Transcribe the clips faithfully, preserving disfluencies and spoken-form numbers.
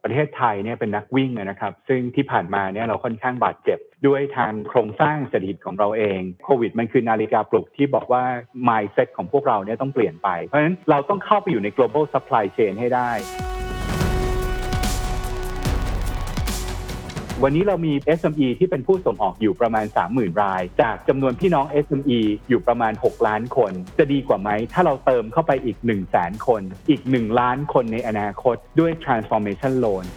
ประเทศไทยเนี่ยเป็นนักวิ่งนะครับซึ่งที่ผ่านมาเนี่ยเราค่อนข้างบาดเจ็บด้วยทางโครงสร้างเศรษฐกิจของเราเองโควิดมันคือนาฬิกาปลุกที่บอกว่า mindset ของพวกเราเนี่ยต้องเปลี่ยนไปเพราะฉะนั้นเราต้องเข้าไปอยู่ใน global supply chain ให้ได้วันนี้เรามี เอส เอ็ม อี ที่เป็นผู้ส่งออกอยู่ประมาณ สามหมื่น รายจากจำนวนพี่น้อง เอส เอ็ม อี อยู่ประมาณหกล้านคนจะดีกว่าไหมถ้าเราเติมเข้าไปอีก หนึ่งแสน คนอีกหนึ่งล้านคนในอนาคตด้วย transformation loan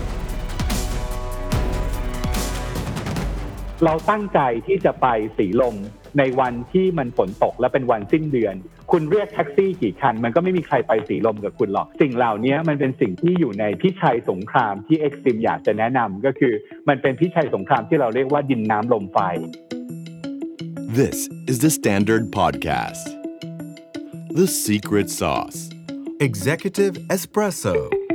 เราตั้งใจที่จะไปสีลมในวันที่มันฝนตกและเป็นวันสิ้นเดือนคุณเรียกแท็กซี่กี่คันมันก็ไม่มีใครไปสีลมกับคุณหรอกสิ่งเหล่านี้มันเป็นสิ่งที่อยู่ในพิชัยสงครามที่ Exim อยากจะแนะนำก็คือมันเป็นพิชัยสงครามที่เราเรียกว่าดินน้ำลมไฟ This is the Standard Podcast The Secret Sauce Executive Espresso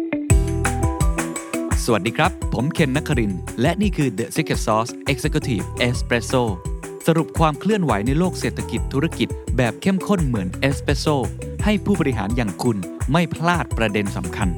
สวัสดีครับผมเคนนักครินทร์และนี่คือ The Secret Sauce Executive Espresso สรุปความเคลื่อนไหวในโลกเศรษฐกิจธุรกิจแบบเข้มข้นเหมือนเอสเปรสโซ่ให้ผู้บริหารอย่างคุณไม่พลาดประเด็นสำคัญ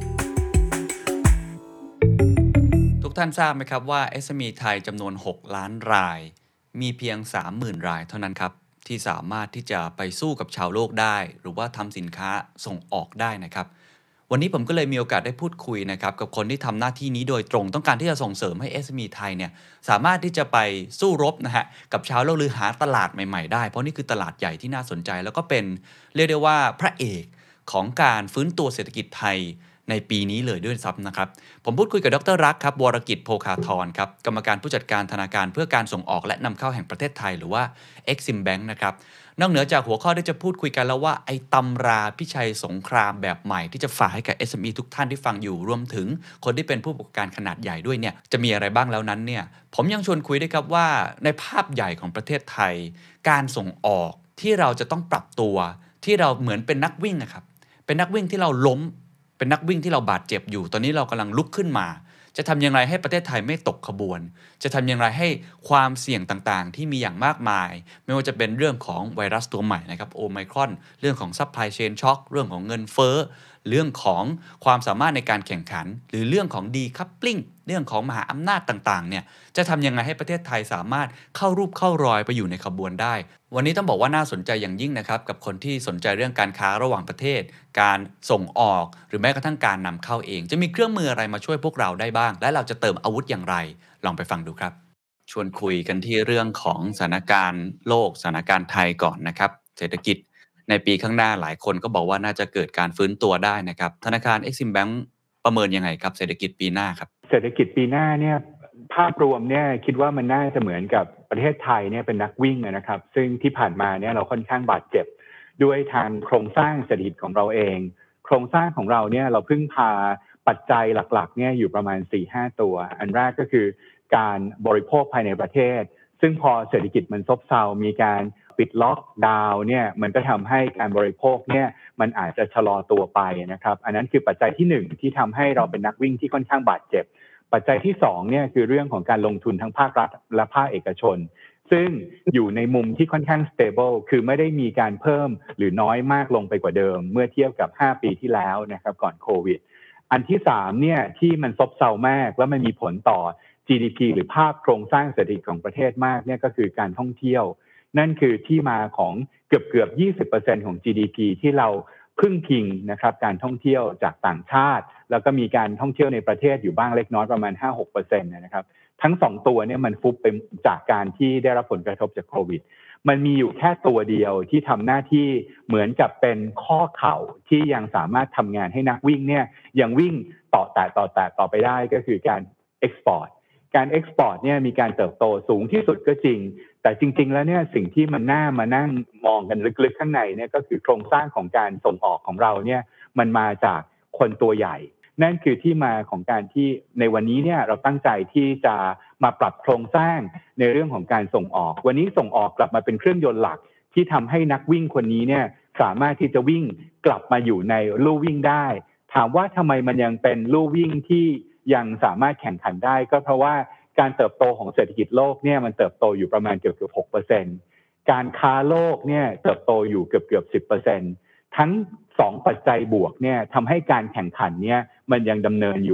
ทุกท่านทราบไหมครับว่า เอส เอ็ม อี ไทยจำนวนหกล้านรายมีเพียง สามหมื่น รายเท่านั้นครับที่สามารถที่จะไปสู้กับชาวโลกได้หรือว่าทำสินค้าส่งออกได้นะครับวันนี้ผมก็เลยมีโอกาสได้พูดคุยนะครับกับคนที่ทำหน้าที่นี้โดยตรงต้องการที่จะส่งเสริมให้ เอส เอ็ม อี ไทยเนี่ยสามารถที่จะไปสู้รบนะฮะกับชาวโลกหรือหาตลาดใหม่ๆได้เพราะนี่คือตลาดใหญ่ที่น่าสนใจแล้วก็เป็นเรียกได้ว่าพระเอกของการฟื้นตัวเศรษฐกิจไทยในปีนี้เลยด้วยซ้ำนะครับผมพูดคุยกับดรรักครับวรกิจโภคาธรครับกรรมการผู้จัดการธนาคารเพื่อการส่งออกและนำเข้าแห่งประเทศไทยหรือว่า Exim Bank นะครับนอกเหนือจากหัวข้อที่จะพูดคุยกันแล้วว่าไอ้ตำราพิชัยสงครามแบบใหม่ที่จะฝากให้กับ เอส เอ็ม อี ทุกท่านที่ฟังอยู่รวมถึงคนที่เป็นผู้ประกอบการขนาดใหญ่ด้วยเนี่ยจะมีอะไรบ้างแล้วนั้นเนี่ยผมยังชวนคุยด้วยครับว่าในภาพใหญ่ของประเทศไทยการส่งออกที่เราจะต้องปรับตัวที่เราเหมือนเป็นนักวิ่งนะครับเป็นนักวิ่งที่เราล้มเป็นนักวิ่งที่เราบาดเจ็บอยู่ตอนนี้เรากำลังลุกขึ้นมาจะทำอย่างไรให้ประเทศไทยไม่ตกขบวนจะทำอย่างไรให้ความเสี่ยงต่างๆที่มีอย่างมากมายไม่ว่าจะเป็นเรื่องของไวรัสตัวใหม่นะครับโอไมครอนเรื่องของซัพพลายเชนช็อคเรื่องของเงินเฟ้อเรื่องของความสามารถในการแข่งขันหรือเรื่องของดีคัพปลิ้งเรื่องของมหาอำนาจต่างๆเนี่ยจะทำยังไงให้ประเทศไทยสามารถเข้ารูปเข้ารอยไปอยู่ในขบวนได้วันนี้ต้องบอกว่าน่าสนใจอย่างยิ่งนะครับกับคนที่สนใจเรื่องการค้าระหว่างประเทศการส่งออกหรือแม้กระทั่งการนำเข้าเองจะมีเครื่องมืออะไรมาช่วยพวกเราได้บ้างและเราจะเติมอาวุธอย่างไรลองไปฟังดูครับชวนคุยกันที่เรื่องของสถานการณ์โลกสถานการณ์ไทยก่อนนะครับเศรษฐกิจในปีข้างหน้าหลายคนก็บอกว่าน่าจะเกิดการฟื้นตัวได้นะครับธนาคาร Exim Bank ประเมินยังไงครับเศรษฐกิจปีหน้าครับเศรษฐกิจปีหน้าเนี่ยภาพรวมเนี่ยคิดว่ามันน่าจะเหมือนกับประเทศไทยเนี่ยเป็นนักวิ่งนะครับซึ่งที่ผ่านมาเนี่ยเราค่อนข้างบาดเจ็บด้วยทางโครงสร้างเศรษฐกิจของเราเองโครงสร้างของเราเนี่ยเราพึ่งพาปัจจัยหลักๆเนี่ยอยู่ประมาณ สี่ห้า ตัวอันแรกก็คือการบริโภคภายในประเทศซึ่งพอเศรษฐกิจมันซบเซามีการปิดล็อกดาวน์เนี่ยมันก็ทำให้การบริโภคเนี่ยมันอาจจะชะลอตัวไปนะครับอันนั้นคือปัจจัยที่หนึ่งที่ทำให้เราเป็นนักวิ่งที่ค่อนข้างบาดเจ็บปัจจัยที่สองเนี่ยคือเรื่องของการลงทุนทั้งภาครัฐและภาคเอกชนซึ่งอยู่ในมุมที่ค่อนข้าง stable คือไม่ได้มีการเพิ่มหรือน้อยมากลงไปกว่าเดิมเมื่อเทียบกับห้าปีที่แล้วนะครับก่อนโควิดอันที่สามเนี่ยที่มันซบเซามากแล้วมันมีผลต่อ จี ดี พี หรือภาพโครงสร้างเศรษฐกิจของประเทศมากเนี่ยก็คือการท่องเที่ยวนั่นคือที่มาของเกือบเกือบ ยี่สิบเปอร์เซ็นต์ ของ จี ดี พี ที่เราพึ่งพิงนะครับการท่องเที่ยวจากต่างชาติแล้วก็มีการท่องเที่ยวในประเทศอยู่บ้างเล็กน้อยประมาณ ห้าถึงหกเปอร์เซ็นต์ นะครับทั้งสองตัวเนี่ยมันฟุบไปจากการที่ได้รับผลกระทบจากโควิดมันมีอยู่แค่ตัวเดียวที่ทำหน้าที่เหมือนกับเป็นข้อเข่าที่ยังสามารถทำงานให้นักวิ่งเนี่ยยังวิ่งต่อแต่ต่อแต่ต่อไปได้ก็คือการเอ็กซ์พอร์ตการเอ็กซ์พอร์ตเนี่ยมีการเติบโตสูงที่สุดก็จริงแต่จริงๆแล้วเนี่ยสิ่งที่มันน่ามานั่งมองกันลึกๆข้างในเนี่ยก็คือโครงสร้างของการส่งออกของเราเนี่ยมันมาจากคนตัวใหญ่นั่นคือที่มาของการที่ในวันนี้เนี่ยเราตั้งใจที่จะมาปรับโครงสร้างในเรื่องของการส่งออกวันนี้ส่งออกกลับมาเป็นเครื่องยนต์หลักที่ทำให้นักวิ่งคนนี้เนี่ยสามารถที่จะวิ่งกลับมาอยู่ในลู่วิ่งได้ถามว่าทำไมมันยังเป็นลู่วิ่งที่ยังสามารถแข่งขันได้ก็เพราะว่าการเติบโตของเศรษฐกิจโลกเนี่ยมันเติบโตอยู่ประมาณเกือบๆ หกเปอร์เซ็นต์ การค้าโลกเนี่ยเติบโตอยู่เกือบๆ สิบเปอร์เซ็นต์ ทั้งสองปัจจัยบวกเนี่ยทำให้การแข่งขันเนี่ยมันยังดำเนินอยู่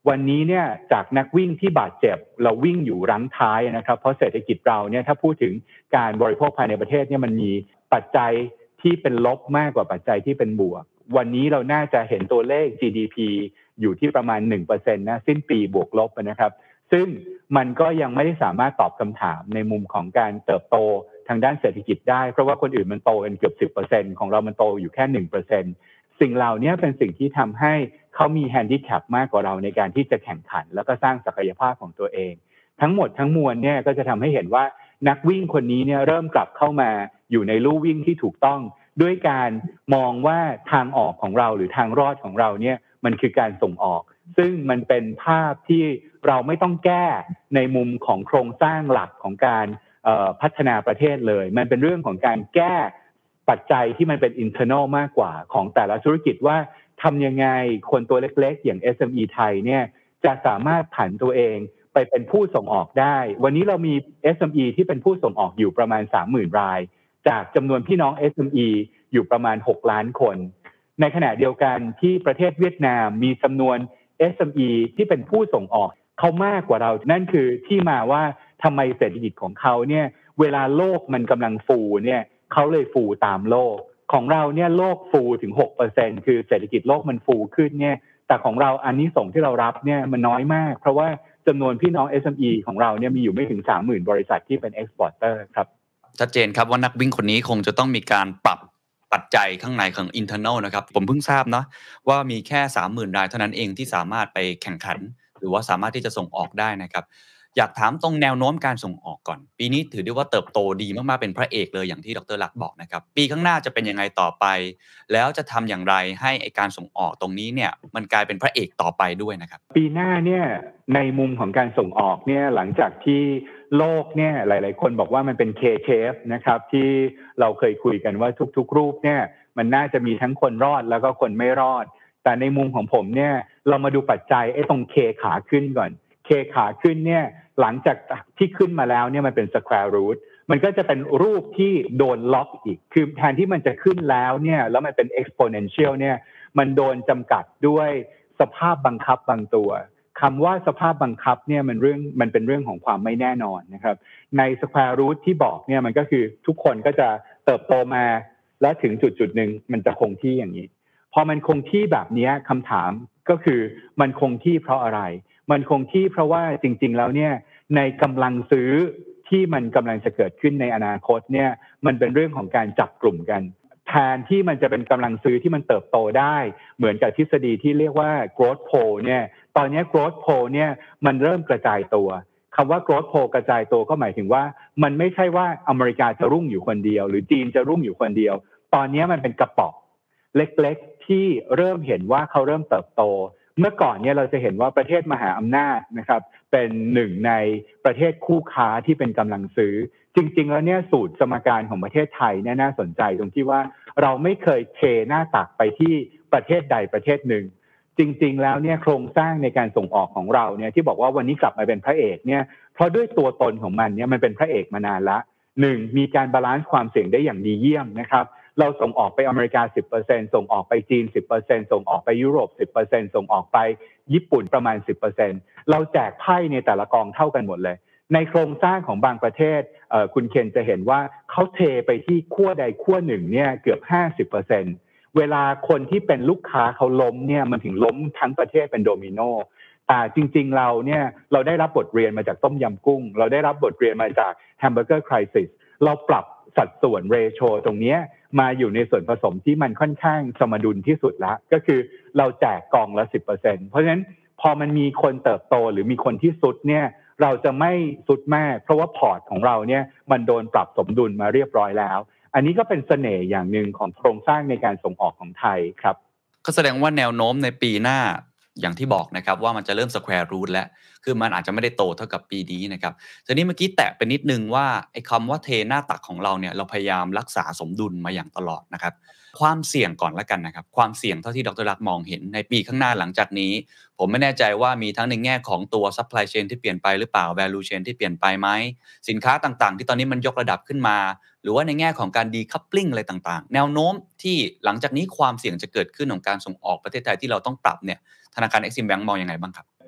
วันนี้เนี่ยจากนักวิ่งที่บาดเจ็บเราวิ่งอยู่รั้งท้ายนะครับเพราะเศรษฐกิจเราเนี่ยถ้าพูดถึงการบริโภคภายในประเทศเนี่ยมันมีปัจจัยที่เป็นลบมากกว่าปัจจัยที่เป็นบวกวันนี้เราน่าจะเห็นตัวเลข จี ดี พี อยู่ที่ประมาณ หนึ่งเปอร์เซ็นต์ นะสิ้นปีบวกลบนะครับซึ่งมันก็ยังไม่ได้สามารถตอบคำถามในมุมของการเติบโตทางด้านเศรษฐกิจได้เพราะว่าคนอื่นมันโตกันเกือบ สิบเปอร์เซ็นต์ ของเรามันโตอยู่แค่ หนึ่งเปอร์เซ็นต์ สิ่งเหล่านี้เป็นสิ่งที่ทำให้เขามีแฮนดิแคปมากกว่าเราในการที่จะแข่งขันแล้วก็สร้างศักยภาพของตัวเองทั้งหมดทั้งมวลเนี่ยก็จะทำให้เห็นว่านักวิ่งคนนี้เนี่ยเริ่มกลับเข้ามาอยู่ในลู่วิ่งที่ถูกต้องด้วยการมองว่าทางออกของเราหรือทางรอดของเราเนี่ยมันคือการส่งออกซึ่งมันเป็นภาพที่เราไม่ต้องแก้ในมุมของโครงสร้างหลักของการพัฒนาประเทศเลยมันเป็นเรื่องของการแก้ปัจจัยที่มันเป็น internal มากกว่าของแต่ละธุรกิจว่าทำยังไงคนตัวเล็กๆอย่าง เอส เอ็ม อี ไทยเนี่ยจะสามารถผันตัวเองไปเป็นผู้ส่งออกได้วันนี้เรามี เอส เอ็ม อี ที่เป็นผู้ส่งออกอยู่ประมาณ สามหมื่น รายจากจำนวนพี่น้อง เอส เอ็ม อี อยู่ประมาณหกล้านคนในขณะเดียวกันที่ประเทศเวียดนามมีจำนวน เอส เอ็ม อี ที่เป็นผู้ส่งออกเขามากกว่าเรานั่นคือที่มาว่าทำไมเศรษฐกิจของเขาเนี่ยเวลาโลกมันกำลังฟูเนี่ยเขาเลยฟูตามโลกของเราเนี่ยโลกฟูถึง หกเปอร์เซ็นต์ คือเศรษฐกิจโลกมันฟูขึ้นเนี่ยแต่ของเราอันนี้ส่งที่เรารับเนี่ยมันน้อยมากเพราะว่าจำนวนพี่น้อง เอส เอ็ม อี ของเราเนี่ยมีอยู่ไม่ถึง สามหมื่น บริษัทที่เป็น exporter ครับชัดเจนครับว่านักวิ่งคนนี้คงจะต้องมีการปรับปัจจัยข้างในของ internal นะครับผมเพิ่งทราบนะว่ามีแค่ สามหมื่น รายเท่านั้นเองที่สามารถไปแข่งขันหรือว่าสามารถที่จะส่งออกได้นะครับอยากถามตรงแนวโน้มการส่งออกก่อนปีนี้ถือได้ว่าเติบโตดีมากๆเป็นพระเอกเลยอย่างที่ดร.ลักษณ์บอกนะครับปีข้างหน้าจะเป็นยังไงต่อไปแล้วจะทำอย่างไรให้ไอ้การส่งออกตรงนี้เนี่ยมันกลายเป็นพระเอกต่อไปด้วยนะครับปีหน้าเนี่ยในมุมของการส่งออกเนี่ยหลังจากที่โลกเนี่ยหลายๆคนบอกว่ามันเป็น K-shape นะครับที่เราเคยคุยกันว่าทุกๆรูปเนี่ยมันน่าจะมีทั้งคนรอดแล้วก็คนไม่รอดแต่ในมุมของผมเนี่ยเรามาดูปัจจัยไอ้ตรง K ขาขึ้นก่อน K ขาขึ้นเนี่ยหลังจากที่ขึ้นมาแล้วเนี่ยมันเป็น square root มันก็จะเป็นรูปที่โดนล็อกอีกคือแทนที่มันจะขึ้นแล้วเนี่ยแล้วมันเป็น exponential เนี่ยมันโดนจำกัดด้วยสภาพบังคับบางตัวคำว่าสภาพบังคับเนี่ยมันเรื่องมันเป็นเรื่องของความไม่แน่นอนนะครับใน square root ที่บอกเนี่ยมันก็คือทุกคนก็จะเติบโตมาและถึงจุดจุดหนึ่งมันจะคงที่อย่างนี้พอมันคงที่แบบนี้คำถามก็คือมันคงที่เพราะอะไรมันคงที่เพราะว่าจริงๆแล้วเนี่ยในกำลังซื้อที่มันกำลังจะเกิดขึ้นในอนาคตเนี่ยมันเป็นเรื่องของการจับกลุ่มกันแทนที่มันจะเป็นกำลังซื้อที่มันเติบโตได้เหมือนกับทฤษฎีที่เรียกว่า growth pull เนี่ยตอนนี้ growth pull เนี่ยมันเริ่มกระจายตัวคำว่า growth pull กระจายตัวก็หมายถึงว่ามันไม่ใช่ว่าอเมริกาจะรุ่งอยู่คนเดียวหรือจีนจะรุ่งอยู่คนเดียวตอนนี้มันเป็นกระป๋องเล็กๆที่เริ่มเห็นว่าเขาเริ่มเติบโตเมื่อก่อนเนี่ยเราจะเห็นว่าประเทศมหาอำนาจนะครับเป็นหนึ่งในประเทศคู่ค้าที่เป็นกำลังซื้อจริงๆแล้วเนี่ยสูตรสมการของประเทศไทยเนี่ยน่าสนใจตรงที่ว่าเราไม่เคยเทหน้าตักไปที่ประเทศใดประเทศหนึ่งจริงๆแล้วเนี่ยโครงสร้างในการส่งออกของเราเนี่ยที่บอกว่าวันนี้กลับมาเป็นพระเอกเนี่ยเพราะด้วยตัวตนของมันเนี่ยมันเป็นพระเอกมานานละหนึ่งมีการบาลานซ์ความเสี่ยงได้อย่างดีเยี่ยมนะครับเราส่งออกไปอเมริกา สิบเปอร์เซ็นต์ ส่งออกไปจีน สิบเปอร์เซ็นต์ ส่งออกไปยุโรป สิบเปอร์เซ็นต์ ส่งออกไปญี่ปุ่นประมาณ สิบเปอร์เซ็นต์ เราแจกไพ่ในแต่ละกองเท่ากันหมดเลยในโครงสร้างของบางประเทศคุณเคนจะเห็นว่าเขาเทไปที่ขั้วใดขั้วหนึ่งเนี่ยเกือบ ห้าสิบเปอร์เซ็นต์ เวลาคนที่เป็นลูกค้าเขาล้มเนี่ยมันถึงล้มทั้งประเทศเป็นโดมิโนแต่จริงๆเราเนี่ยเราได้รับบทเรียนมาจากต้มยำกุ้งเราได้รับบทเรียนมาจากแฮมเบอร์เกอร์ไครซิสเราปรับสัดส่วนเรโชตรงนี้มาอยู่ในส่วนผสมที่มันค่อนข้างสมดุลที่สุดละก็คือเราแจกกองละ สิบเปอร์เซ็นต์ เพราะฉะนั้นพอมันมีคนเติบโตหรือมีคนที่สุดเนี่ยเราจะไม่สุดมากเพราะว่าพอร์ตของเราเนี่ยมันโดนปรับสมดุลมาเรียบร้อยแล้วอันนี้ก็เป็นเสน่ห์อย่างหนึ่งของโครงสร้างในการส่งออกของไทยครับก็แสดงว่าแนวโน้มในปีหน้าอย่างที่บอกนะครับว่ามันจะเริ่ม square root แล้วคือมันอาจจะไม่ได้โตเท่ากับปีนี้นะครับทีนี้เมื่อกี้แตะไปนิดนึงว่าไอ้คำว่าเทหน้าตักของเราเนี่ยเราพยายามรักษาสมดุลมาอย่างตลอดนะครับความเสี่ยงก่อนละกันนะครับความเสี่ยงเท่าที่ดร.ลักษณ์มองเห็นในปีข้างหน้าหลังจากนี้ผมไม่แน่ใจว่ามีทั้งในแง่ของตัว supply chain ที่เปลี่ยนไปหรือเปล่า value chain ที่เปลี่ยนไปไหมสินค้าต่างๆที่ตอนนี้มันยกระดับขึ้นมาหรือว่าในแง่ของการ decoupling อะไรต่างๆแนวโน้มที่หลังจากนี้ความเสี่ยงจะเกิดขึ้นของการส่งออกประเทศไทยที่เราต้องปรับเนี่ยธนาคาร Exim Bank มองยังไงบ้างครับ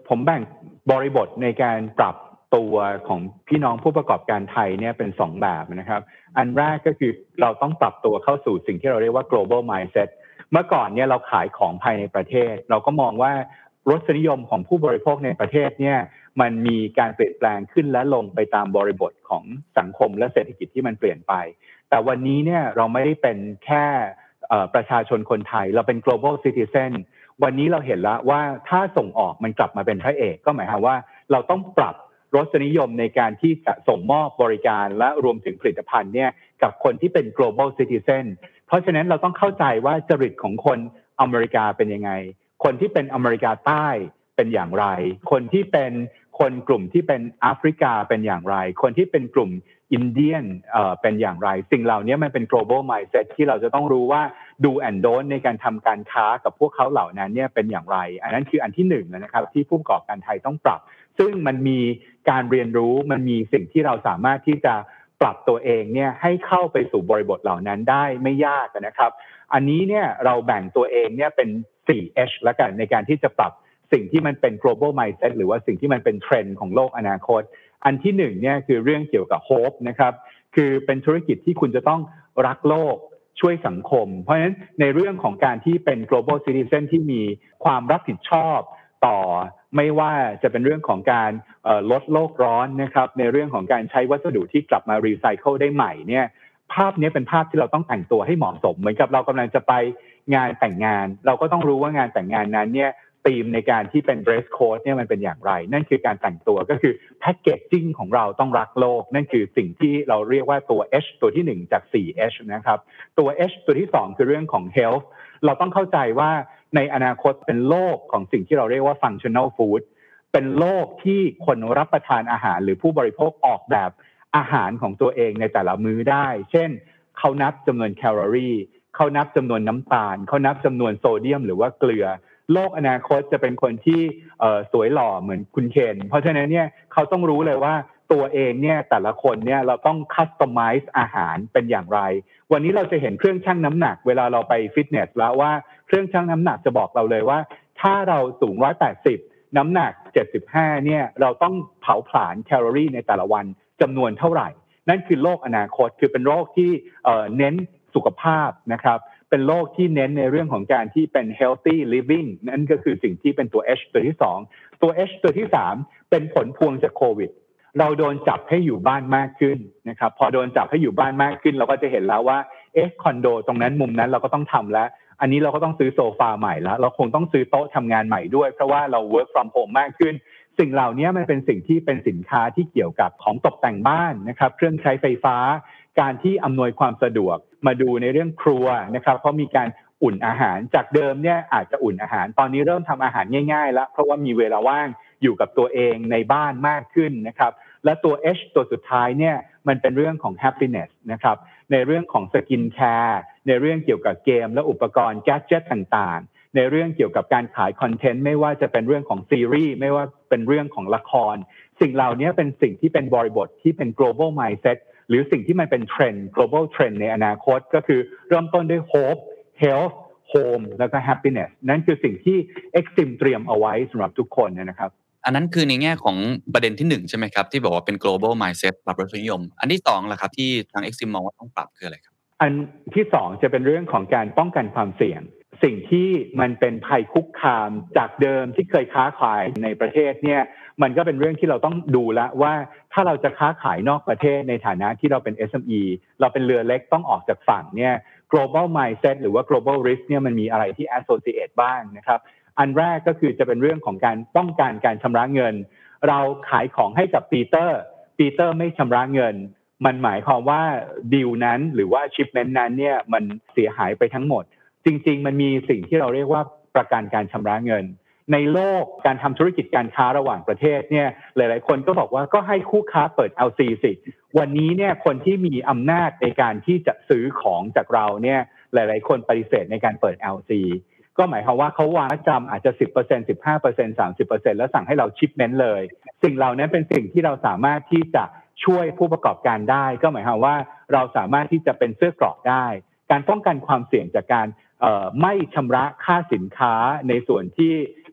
ผมแบ่งบริบทในการปรับตัวของพี่น้องผู้ประกอบการไทยเนี่ยเป็นสองแบบนะครับอันแรกก็คือเราต้องปรับตัวเข้าสู่สิ่งที่เราเรียกว่า global mindset เมื่อก่อนเนี่ยเราขายของภายในประเทศเราก็มองว่ารสนิยมของผู้บริโภคในประเทศเนี่ยมันมีการเปลี่ยนแปลงขึ้นและลงไปตามบริบทของสังคมและเศรษฐกิจที่มันเปลี่ยนไปแต่วันนี้เนี่ยเราไม่ได้เป็นแค่ประชาชนคนไทยเราเป็น global citizen วันนี้เราเห็นแล้วว่าถ้าส่งออกมันกลับมาเป็นพระเอกก็หมายความว่าเราต้องปรับรสนิยมในการที่จะส่งมอบบริการและรวมถึงผลิตภัณฑ์เนี่ยกับคนที่เป็น global citizen เพราะฉะนั้นเราต้องเข้าใจว่าจริตของคนอเมริกาเป็นยังไงคนที่เป็นอเมริกาใต้เป็นอย่างไรคนที่เป็นคนกลุ่มที่เป็นแอฟริกาเป็นอย่างไรคนที่เป็นกลุ่มอินเดียนเอ่อเป็นอย่างไรสิ่งเหล่านี้มันเป็น global mindset ที่เราจะต้องรู้ว่าdo and don't ในการทำการค้ากับพวกเขาเหล่านั้นเนี่ยเป็นอย่างไรอันนั้นคืออันที่หนึ่งนะครับที่ผู้ประกอบการไทยต้องปรับซึ่งมันมีการเรียนรู้มันมีสิ่งที่เราสามารถที่จะปรับตัวเองเนี่ยให้เข้าไปสู่บริบทเหล่านั้นได้ไม่ยากนะครับอันนี้เนี่ยเราแบ่งตัวเองเนี่ยเป็น โฟร์ เอช แล้วกันในการที่จะปรับสิ่งที่มันเป็น global mindset หรือว่าสิ่งที่มันเป็นเทรนด์ของโลกอนาคตอันที่หนึ่งเนี่ยคือเรื่องเกี่ยวกับ hope นะครับคือเป็นธุรกิจที่คุณจะต้องรักโลกช่วยสังคมเพราะฉะนั้นในเรื่องของการที่เป็น global citizen ที่มีความรับผิดชอบต่อไม่ว่าจะเป็นเรื่องของการลดโลกร้อนนะครับในเรื่องของการใช้วัสดุที่กลับมารีไซเคิลได้ใหม่เนี่ยภาพนี้เป็นภาพที่เราต้องแต่งตัวให้เหมาะสมเหมือนกับเรากำลังจะไปงานแต่งงานเราก็ต้องรู้ว่างานแต่งงานนั้นเนี่ยธีมในการที่เป็น dress code เนี่ยมันเป็นอย่างไรนั่นคือการแต่งตัวก็คือ packaging ของเราต้องรักโลกนั่นคือสิ่งที่เราเรียกว่าตัว H ตัวที่หนึ่งจาก โฟร์ เอช นะครับตัว H ตัวที่สองคือเรื่องของ health เราต้องเข้าใจว่าในอนาคตเป็นโลกของสิ่งที่เราเรียกว่า functional food เป็นโลกที่คนรับประทานอาหารหรือผู้บริโภคออกแบบอาหารของตัวเองในแต่ละมื้อได้เช่นเขานับจำนวนแคลอรี่เขานับจำนวนน้ำตาลเขานับจำนวนโซเดียมหรือว่าเกลือโลกอนาคตจะเป็นคนที่สวยหล่อเหมือนคุณเคนเพราะฉะนั้นเนี่ยเขาต้องรู้เลยว่าตัวเองเนี่ยแต่ละคนเนี่ยเราต้องคัสตอมไมซ์อาหารเป็นอย่างไรวันนี้เราจะเห็นเครื่องชั่งน้ำหนักเวลาเราไปฟิตเนสแล้วว่าเครื่องชั่งน้ำหนักจะบอกเราเลยว่าถ้าเราสูงหนึ่งร้อยแปดสิบน้ำหนักเจ็ดสิบห้าเนี่ยเราต้องเผาผลาญแคลอรี่ในแต่ละวันจำนวนเท่าไหร่นั่นคือโลกอนาคตคือเป็นโลกที่เน้นสุขภาพนะครับเป็นโลกที่เน้นในเรื่องของการที่เป็น healthy living นั่นก็คือสิ่งที่เป็นตัว H ตัวที่สองตัว H ตัวที่สามเป็นผลพวงจากโควิดเราโดนจับให้อยู่บ้านมากขึ้นนะครับพอโดนจับให้อยู่บ้านมากขึ้นเราก็จะเห็นแล้วว่าเอ๊ะคอนโดตรงนั้นมุมนั้นเราก็ต้องทำแล้วอันนี้เราก็ต้องซื้อโซฟาใหม่แล้วเราคงต้องซื้อโต๊ะทำงานใหม่ด้วยเพราะว่าเรา work from home มากขึ้นสิ่งเหล่านี้มันเป็นสิ่งที่เป็นสินค้าที่เกี่ยวกับของตกแต่งบ้านนะครับเครื่องใช้ไฟฟ้าการที่อำนวยความสะดวกมาดูในเรื่องครัวนะครับเพราะมีการอุ่นอาหารจากเดิมเนี่ยอาจจะอุ่นอาหารตอนนี้เริ่มทำอาหารง่ายๆแล้วเพราะว่ามีเวลาว่างอยู่กับตัวเองในบ้านมากขึ้นนะครับและตัว H ตัวสุดท้ายเนี่ยมันเป็นเรื่องของ happiness นะครับในเรื่องของสกินแคร์ในเรื่องเกี่ยวกับเกมและอุปกรณ์แกดเจ็ตต่างๆในเรื่องเกี่ยวกับการขายคอนเทนต์ไม่ว่าจะเป็นเรื่องของซีรีส์ไม่ว่าเป็นเรื่องของละครสิ่งเหล่านี้เป็นสิ่งที่เป็นบริบทที่เป็น global mindset หรือสิ่งที่มันเป็นเทรนด์ global trend ในอนาคตก็คือเริ่มต้นด้วย hope health home แล้วก็ happiness นั่นคือสิ่งที่ Exim เตรียมเอาไว้สำหรับทุกคนนะครับอันนั้นคือในแง่ของประเด็นที่หนึ่งใช่ไหมครับที่บอกว่าเป็น global mindset ปรับรสนิยมอันที่สองล่ะครับที่ทาง Exim มองว่าต้องปรับคืออะไรครับอันที่สองจะเป็นเรื่องของการป้องกันความเสี่ยงสิ่งที่มันเป็นภัยคุกคามจากเดิมที่เคยค้าขายในประเทศเนี่ยมันก็เป็นเรื่องที่เราต้องดูแล้วว่าถ้าเราจะค้าขายนอกประเทศในฐานะที่เราเป็น เอส เอ็ม อี เราเป็นเรือเล็กต้องออกจากฝั่งเนี่ย global mindset หรือว่า global risk เนี่ยมันมีอะไรที่ associate บ้างนะครับอันแรกก็คือจะเป็นเรื่องของการป้องกันการชำระเงินเราขายของให้กับปีเตอร์ปีเตอร์ไม่ชำระเงินมันหมายความว่าดีลนั้นหรือว่าชิปเมนต์นั้นเนี่ยมันเสียหายไปทั้งหมดจริงๆมันมีสิ่งที่เราเรียกว่าประกันการชำระเงินในโลกการทำธุรกิจการค้าระหว่างประเทศเนี่ยหลายๆคนก็บอกว่าก็ให้คู่ค้าเปิด แอล ซี สิวันนี้เนี่ยคนที่มีอำนาจในการที่จะซื้อของจากเราเนี่ยหลายๆคนปฏิเสธในการเปิด แอล ซี ก็หมายความว่าเขาวางจำอาจจะ สิบเปอร์เซ็นต์ สิบห้าเปอร์เซ็นต์ สามสิบเปอร์เซ็นต์ แล้วสั่งให้เราชิปเมนต์เลยสิ่งเหล่านั้นเป็นสิ่งที่เราสามารถที่จะช่วยผู้ประกอบการได้ก็หมายความว่าเราสามารถที่จะเป็นเสื้อเกราะได้การป้องกันความเสี่ยงจากการไม่ชำระค่าสินค้าในส่วนที่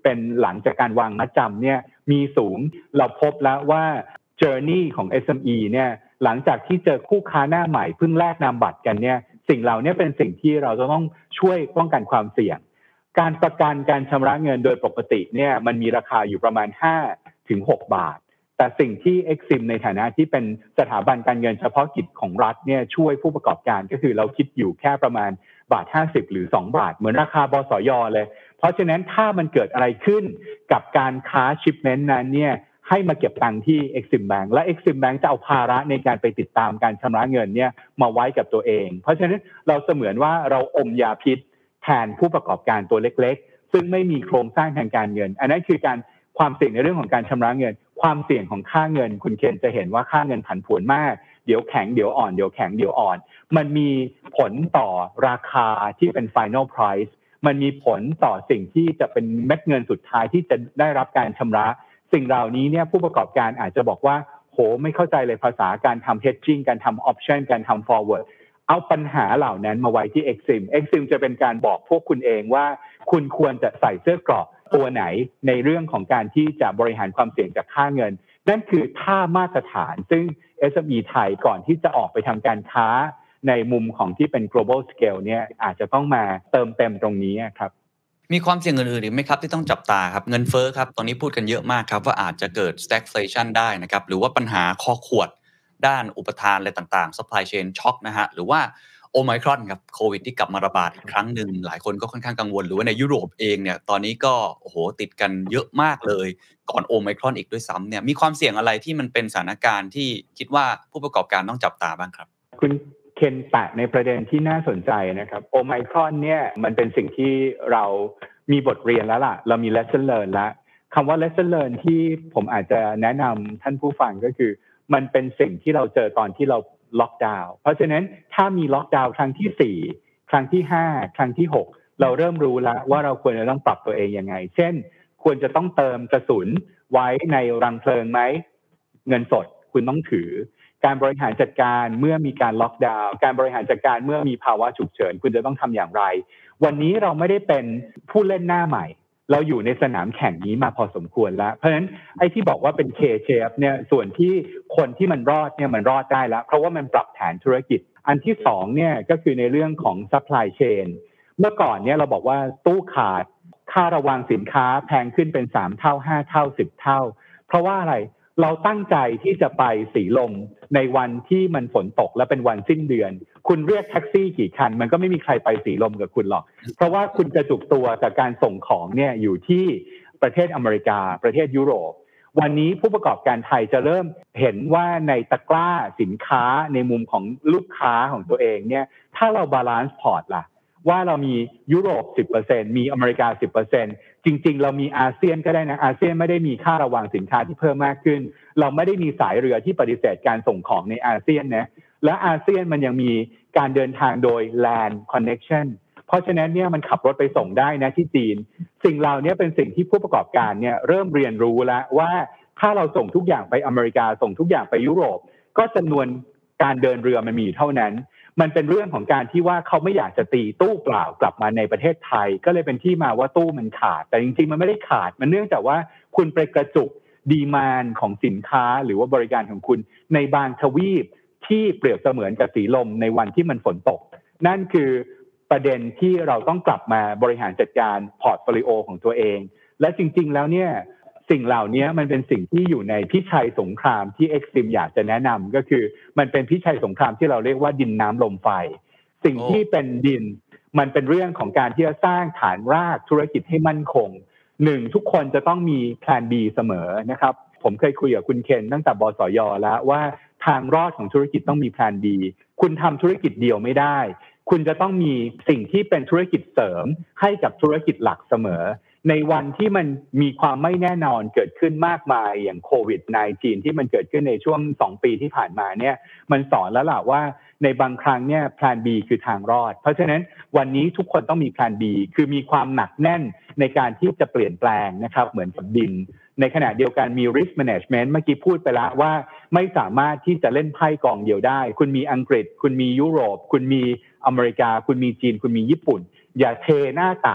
เป็นหลังจากการวางมัดจำเนี่ยมีสูงเราพบแล้วว่า journey ของ เอส เอ็ม อี เนี่ยหลังจากที่เจอคู่ค้าหน้าใหม่เพิ่งแลกนามบัตรกันเนี่ยสิ่งเหล่านี้เป็นสิ่งที่เราจะต้องช่วยป้องกันความเสี่ยงการประกันการชำระเงินโดยปกติเนี่ยมันมีราคาอยู่ประมาณ ห้าถึงหก บาทแต่สิ่งที่ Exim ในฐานะที่เป็นสถาบันการเงินเฉพาะกิจของรัฐเนี่ยช่วยผู้ประกอบการก็คือเราคิดอยู่แค่ประมาณบาทห้าสิบหรือสองบาทเหมือนราคาบสย.เลยเพราะฉะนั้นถ้ามันเกิดอะไรขึ้นกับการค้าชิปเมนต์นั้นเนี่ยให้มาเก็บตังค์ที่ Exim Bank และ Exim Bank จะเอาภาระในการไปติดตามการชำระเงินเนี่ยมาไว้กับตัวเองเพราะฉะนั้นเราเสมือนว่าเราอมยาพิษแทนผู้ประกอบการตัวเล็กๆซึ่งไม่มีโครงสร้างทางการเงินอันนั้นคือการความเสี่ยงในเรื่องของการชำระเงินความเสี่ยงของค่าเงินคุณเคนจะเห็นว่าค่าเงินผันผวนมากเดี๋ยวแข็งเดี๋ยวอ่อนเดี๋ยวแข็งเดี๋ยวอ่อนมันมีผลต่อราคาที่เป็น final price มันมีผลต่อสิ่งที่จะเป็นเม็ดเงินสุดท้ายที่จะได้รับการชำระสิ่งเหล่านี้เนี่ยผู้ประกอบการอาจจะบอกว่าโหไม่เข้าใจเลยภาษาการทำ hedging การทำ option การทำ forward เอาปัญหาเหล่านั้นมาไว้ที่ Exim Exim จะเป็นการบอกพวกคุณเองว่าคุณควรจะใส่เสื้อเกราะตัวไหนในเรื่องของการที่จะบริหารความเสี่ยงจากค่าเงินนั่นคือท่ามาตรฐานซึ่ง เอส เอ็ม อี ไทยก่อนที่จะออกไปทำการค้าในมุมของที่เป็น global scale เนี่ยอาจจะต้องมาเติมเต็มตรงนี้ครับมีความเสี่ยงอื่นๆอีกไหมครับที่ต้องจับตาครับเงินเฟ้อครับตอนนี้พูดกันเยอะมากครับว่าอาจจะเกิด stagflation ได้นะครับหรือว่าปัญหาคอขวดด้านอุปทานอะไรต่างๆ supply chain shock นะฮะหรือว่าโอไมครอนครับโควิดที่กลับมาระบาดอีกครั้งหนึ่งหลายคนก็ค่อนข้างกังวลหรือว่าในยุโรปเองเนี่ยตอนนี้ก็โอ้โหติดกันเยอะมากเลยก่อนโอไมครอนอีกด้วยซ้ำเนี่ยมีความเสี่ยงอะไรที่มันเป็นสถานการณ์ที่คิดว่าผู้ประกอบการต้องจับตาบ้างครับคุณเคนแตะในประเด็นที่น่าสนใจนะครับโอไมครอนเนี่ยมันเป็นสิ่งที่เรามีบทเรียนแล้วล่ะเรามี lesson learn แล้วคำว่า lesson learn ที่ผมอาจจะแนะนำท่านผู้ฟังก็คือมันเป็นสิ่งที่เราเจอตอนที่เราล็อกดาวน์เพราะฉะนั้นถ้ามีล็อกดาวน์ครั้งที่สี่ครั้งที่ห้าครั้งที่หกเราเริ่มรู้แล้วว่าเราควรจะต้องปรับตัวเองยังไงเช่นควรจะต้องเติมกระสุนไว้ในรังเพลิงไหมเงินสดคุณต้องถือการบริหารจัดการเมื่อมีการล็อกดาวน์การบริหารจัดการเมื่อมีภาวะฉุกเฉินคุณจะต้องทำอย่างไรวันนี้เราไม่ได้เป็นผู้เล่นหน้าใหม่เราอยู่ในสนามแข่งนี้มาพอสมควรแล้วเพราะฉะนั้นไอ้ที่บอกว่าเป็น K-shape เนี่ยส่วนที่คนที่มันรอดเนี่ยมันรอดได้แล้วเพราะว่ามันปรับแผนธุรกิจอันที่สองเนี่ยก็คือในเรื่องของ supply chain เมื่อก่อนเนี่ยเราบอกว่าตู้ขาดค่าระวังสินค้าแพงขึ้นเป็นสามเท่าห้าเท่าสิบเท่าเพราะว่าอะไรเราตั้งใจที่จะไปสีลมในวันที่มันฝนตกและเป็นวันสิ้นเดือนคุณเรียกแท็กซี่กี่คันมันก็ไม่มีใครไปสีลมกับคุณหรอกเพราะว่าคุณกระจุกตัวจากการส่งของเนี่ยอยู่ที่ประเทศอเมริกาประเทศยุโรปวันนี้ผู้ประกอบการไทยจะเริ่มเห็นว่าในตะกร้าสินค้าในมุมของลูกค้าของตัวเองเนี่ยถ้าเราบาลานซ์พอร์ตล่ะว่าเรามียุโรป สิบเปอร์เซ็นต์ มีอเมริกา สิบเปอร์เซ็นต์ จริงๆเรามีอาเซียนก็ได้นะอาเซียนไม่ได้มีค่าระวังสินค้าที่เพิ่มมากขึ้นเราไม่ได้มีสายเรือที่ปฏิเสธการส่งของในอาเซียนนะและอาเซียนมันยังมีการเดินทางโดย land connection เพราะฉะนั้นเนี่ยมันขับรถไปส่งได้นะที่จีนสิ่งเหล่านี้เป็นสิ่งที่ผู้ประกอบการเนี่ยเริ่มเรียนรู้แล้วว่าถ้าเราส่งทุกอย่างไปอเมริกาส่งทุกอย่างไปยุโรปก็จำนวนการเดินเรือมันมีเท่านั้นมันเป็นเรื่องของการที่ว่าเขาไม่อยากจะตีตู้เปล่ากลับมาในประเทศไทยก็เลยเป็นที่มาว่าตู้มันขาดแต่จริงๆมันไม่ได้ขาดมันเนื่องจากว่าคุณไปกระจุกดีมานด์ของสินค้าหรือว่าบริการของคุณในบางทวีปที่เปรียบเสมือนกับสีลมในวันที่มันฝนตกนั่นคือประเด็นที่เราต้องกลับมาบริหารจัดการพอร์ตโฟลิโอของตัวเองและจริงๆแล้วเนี่ยสิ่งเหล่านี้มันเป็นสิ่งที่อยู่ในพิชัยสงครามที่ Exim อยากจะแนะนำก็คือมันเป็นพิชัยสงครามที่เราเรียกว่าดินน้ำลมไฟสิ่งที่เป็นดินมันเป็นเรื่องของการที่จะสร้างฐานรากธุรกิจให้มั่นคงหนึ่งทุกคนจะต้องมีแผน B เสมอนะครับผมเคยคุยกับคุณเคนตั้งแต่บสย.แล้วว่าทางรอดของธุรกิจต้องมีแผน B คุณทำธุรกิจเดียวไม่ได้คุณจะต้องมีสิ่งที่เป็นธุรกิจเสริมให้กับธุรกิจหลักเสมอในวันที่มันมีความไม่แน่นอนเกิดขึ้นมากมายอย่างโควิด สิบเก้า ที่มันเกิดขึ้นในช่วงสองปีที่ผ่านมาเนี่ยมันสอนแล้วล่ะว่าในบางครั้งเนี่ยแผน B คือทางรอดเพราะฉะนั้นวันนี้ทุกคนต้องมีแผน B คือมีความหนักแน่นในการที่จะเปลี่ยนแปลงนะครับเหมือนกับดินในขณะเดียวกันมี risk management เมื่อกี้พูดไปแล้วว่าไม่สามารถที่จะเล่นไพ่กองเดียวได้คุณมีอังกฤษคุณมียุโรปคุณมีอเมริกาคุณมีจีนคุณมีญี่ปุ่นอย่าเทหน้าตัก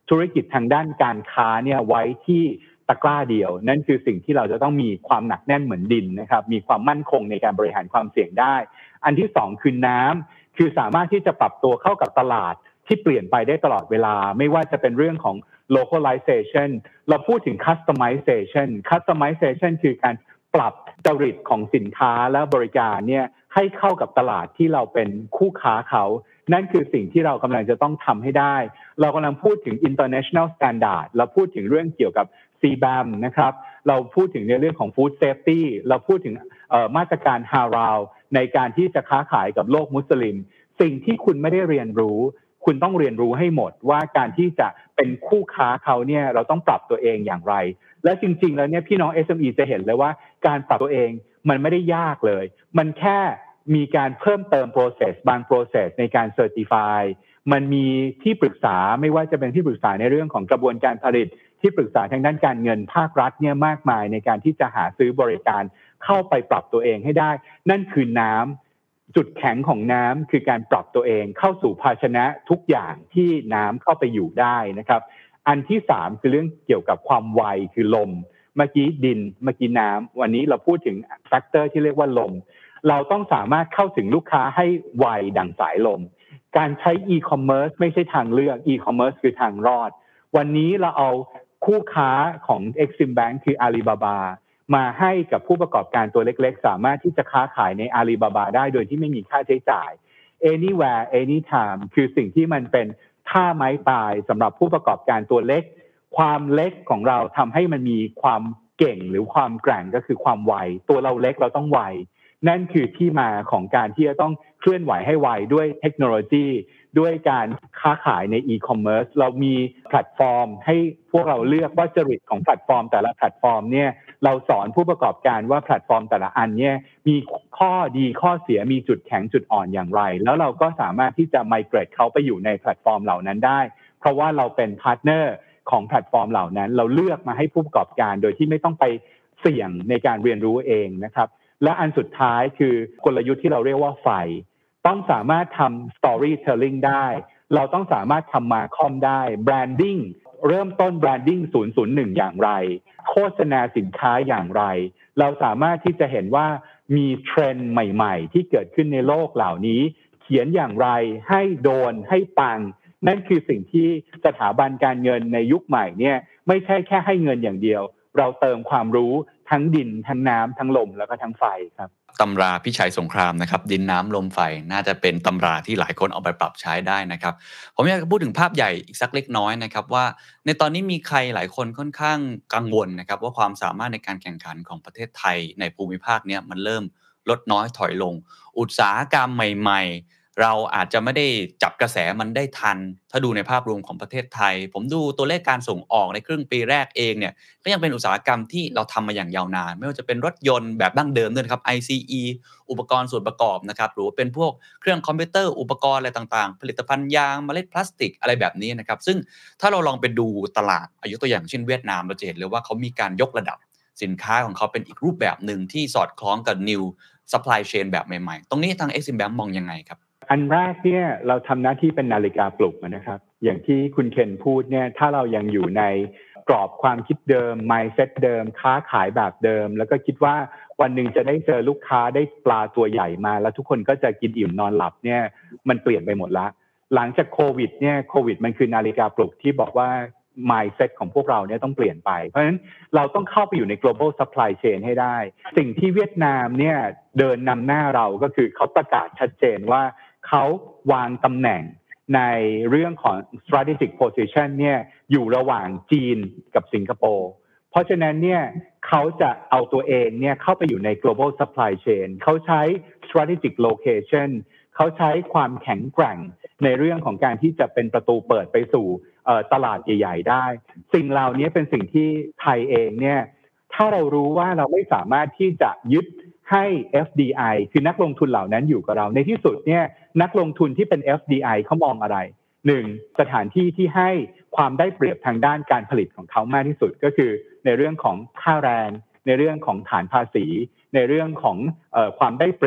ธุรกิจทางด้านการค้าเนี่ยไว้ที่ตะกร้าเดียวนั่นคือสิ่งที่เราจะต้องมีความหนักแน่นเหมือนดินนะครับมีความมั่นคงในการบริหารความเสี่ยงได้อันที่สองคือน้ำคือสามารถที่จะปรับตัวเข้ากับตลาดที่เปลี่ยนไปได้ตลอดเวลาไม่ว่าจะเป็นเรื่องของ localization เราพูดถึง customization customization คือการปรับจริตของสินค้าและบริการเนี่ยให้เข้ากับตลาดที่เราเป็นคู่ค้าเขานั่นคือสิ่งที่เรากำลังจะต้องทำให้ได้เรากำลังพูดถึง international standard เราพูดถึงเรื่องเกี่ยวกับ ซี บี เอ เอ็ม นะครับเราพูดถึงในเรื่องของ food safety เราพูดถึงมาตรการฮาลาลในการที่จะค้าขายกับโลกมุสลิมสิ่งที่คุณไม่ได้เรียนรู้คุณต้องเรียนรู้ให้หมดว่าการที่จะเป็นคู่ค้าเขาเนี่ยเราต้องปรับตัวเองอย่างไรและจริงๆแล้วเนี่ยพี่น้อง เอส เอ็ม อี จะเห็นเลยว่าการปรับตัวเองมันไม่ได้ยากเลยมันแค่มีการเพิ่มเติม process บาง process ในการ certify มันมีที่ปรึกษาไม่ว่าจะเป็นที่ปรึกษาในเรื่องของกระบวนการผลิตที่ปรึกษาทางด้านการเงินภาครัฐเนี่ยมากมายในการที่จะหาซื้อบริการเข้าไปปรับตัวเองให้ได้นั่นคือน้ำจุดแข็งของน้ำคือการปรับตัวเองเข้าสู่ภาชนะทุกอย่างที่น้ำเข้าไปอยู่ได้นะครับอันที่สามคือเรื่องเกี่ยวกับความไวคือลมเมื่อกี้ดินเมื่อกี้น้ำวันนี้เราพูดถึงแฟกเตอร์ที่เรียกว่าลมเราต้องสามารถเข้าถึงลูกค้าให้ไวดั่งสายลมการใช้อีคอมเมิร์ซไม่ใช่ทางเลือกอีคอมเมิร์ซคือทางรอดวันนี้เราเอาคู่ค้าของ Exim Bank คือ Alibaba มาให้กับผู้ประกอบการตัวเล็กๆสามารถที่จะค้าขายใน Alibaba ได้โดยที่ไม่มีค่าใช้จ่าย anywhere anytime คือสิ่งที่มันเป็นท่าไม้ตายสำหรับผู้ประกอบการตัวเล็กความเล็กของเราทำให้มันมีความเก่งหรือความแกร่งก็คือความไวตัวเราเล็กเราต้องไวนั่นคือที่มาของการที่จะต้องเคลื่อนไหวให้ไวด้วยเทคโนโลยีด้วยการค้าขายในอีคอมเมิร์ซเรามีแพลตฟอร์มให้พวกเราเลือกว่าจริตของแพลตฟอร์มแต่ละแพลตฟอร์มเนี่ยเราสอนผู้ประกอบการว่าแพลตฟอร์มแต่ละอันเนี่ยมีข้อดีข้อเสียมีจุดแข็งจุดอ่อนอย่างไรแล้วเราก็สามารถที่จะไมเกรตเขาไปอยู่ในแพลตฟอร์มเหล่านั้นได้เพราะว่าเราเป็นพาร์ทเนอร์ของแพลตฟอร์มเหล่านั้นเราเลือกมาให้ผู้ประกอบการโดยที่ไม่ต้องไปเสี่ยงในการเรียนรู้เองนะครับและอันสุดท้ายคือกลยุทธ์ที่เราเรียกว่าไฟต้องสามารถทำ storytelling ได้เราต้องสามารถทำมาคอมได้ branding เริ่มต้น branding ศูนย์ ศูนย์ หนึ่งอย่างไรโฆษณาสินค้าอย่างไรเราสามารถที่จะเห็นว่ามีเทรนด์ใหม่ๆที่เกิดขึ้นในโลกเหล่านี้เขียนอย่างไรให้โดนให้ปังนั่นคือสิ่งที่สถาบันการเงินในยุคใหม่เนี่ยไม่ใช่แค่ให้เงินอย่างเดียวเราเติมความรู้ทั้งดินทั้งน้ำทั้งลมแล้วก็ทั้งไฟครับตำราพิชัยสงครามนะครับดินน้ำลมไฟน่าจะเป็นตำราที่หลายคนเอาไปปรับใช้ได้นะครับผมอยากจะพูดถึงภาพใหญ่อีกสักเล็กน้อยนะครับว่าในตอนนี้มีใครหลายคนค่อนข้างกังวลนะครับว่าความสามารถในการแข่งขันของประเทศไทยในภูมิภาคนี้มันเริ่มลดน้อยถอยลงอุตสาหกรรมใหม่ๆเราอาจจะไม่ได้จับกระแสมันได้ทันถ้าดูในภาพรวมของประเทศไทยผมดูตัวเลขการส่งออกในครึ่งปีแรกเองเนี่ยก็ยังเป็นอุตสาหกรรมที่เราทำมาอย่างยาวนานไม่ว่าจะเป็นรถยนต์แบบดั้งเดิมด้วยนะครับ ไอ ซี อี อุปกรณ์ส่วนประกอบนะครับหรือว่าเป็นพวกเครื่องคอมพิวเตอร์อุปกรณ์อะไรต่างๆผลิตภัณฑ์ยางเมล็ดพลาสติกอะไรแบบนี้นะครับซึ่งถ้าเราลองไปดูตลาดอายุตัวอย่างเช่นเวียดนามเราจะเห็นเลยว่าเขามีการยกระดับสินค้าของเขาเป็นอีกรูปแบบหนึ่งที่สอดคล้องกับ new supply chain แบบใหม่ๆตรงนี้ทาง Exim Bank มองยังไงครับอันแรกเนี่ยเราทำหน้าที่เป็นนาฬิกาปลุกนะครับอย่างที่คุณเคนพูดเนี่ยถ้าเรายังอยู่ในกรอบความคิดเดิม mindset เดิมค้าขายแบบเดิมแล้วก็คิดว่าวันหนึ่งจะได้เจอลูกค้าได้ปลาตัวใหญ่มาแล้วทุกคนก็จะกินอิ่มนอนหลับเนี่ยมันเปลี่ยนไปหมดละหลังจากโควิดเนี่ยโควิดมันคือนาฬิกาปลุกที่บอกว่า mindset ของพวกเราเนี่ยต้องเปลี่ยนไปเพราะฉะนั้นเราต้องเข้าไปอยู่ใน global supply chain ให้ได้สิ่งที่เวียดนามเนี่ยเดินนำหน้าเราก็คือเขาประกาศชัดเจนว่าเขาวางตำแหน่งในเรื่องของ strategic position เนี่ยอยู่ระหว่างจีนกับสิงคโปร์เพราะฉะนั้นเนี่ยเขาจะเอาตัวเองเนี่ยเข้าไปอยู่ใน global supply chain เขาใช้ strategic location เขาใช้ความแข็งแกร่งในเรื่องของการที่จะเป็นประตูเปิดไปสู่ตลาดใหญ่ๆได้สิ่งเหล่านี้เป็นสิ่งที่ไทยเองเนี่ยถ้าเรารู้ว่าเราไม่สามารถที่จะยึดให้ เอฟ ดี ไอ คือนักลงทุนเหล่านั้นอยู่กับเราในที่สุดเนี่ยนักลงทุนที่เป็น เอฟ ดี ไอ เขามองอะไรหนึ่งสถานที่ที่ให้ความได้เปรียบทางด้านการผลิตของเขามากที่สุดก็คือในเรื่องของค่าแรงในเรื่องของฐานภาษีในเรื่องของเอ่อความได้เปรียบ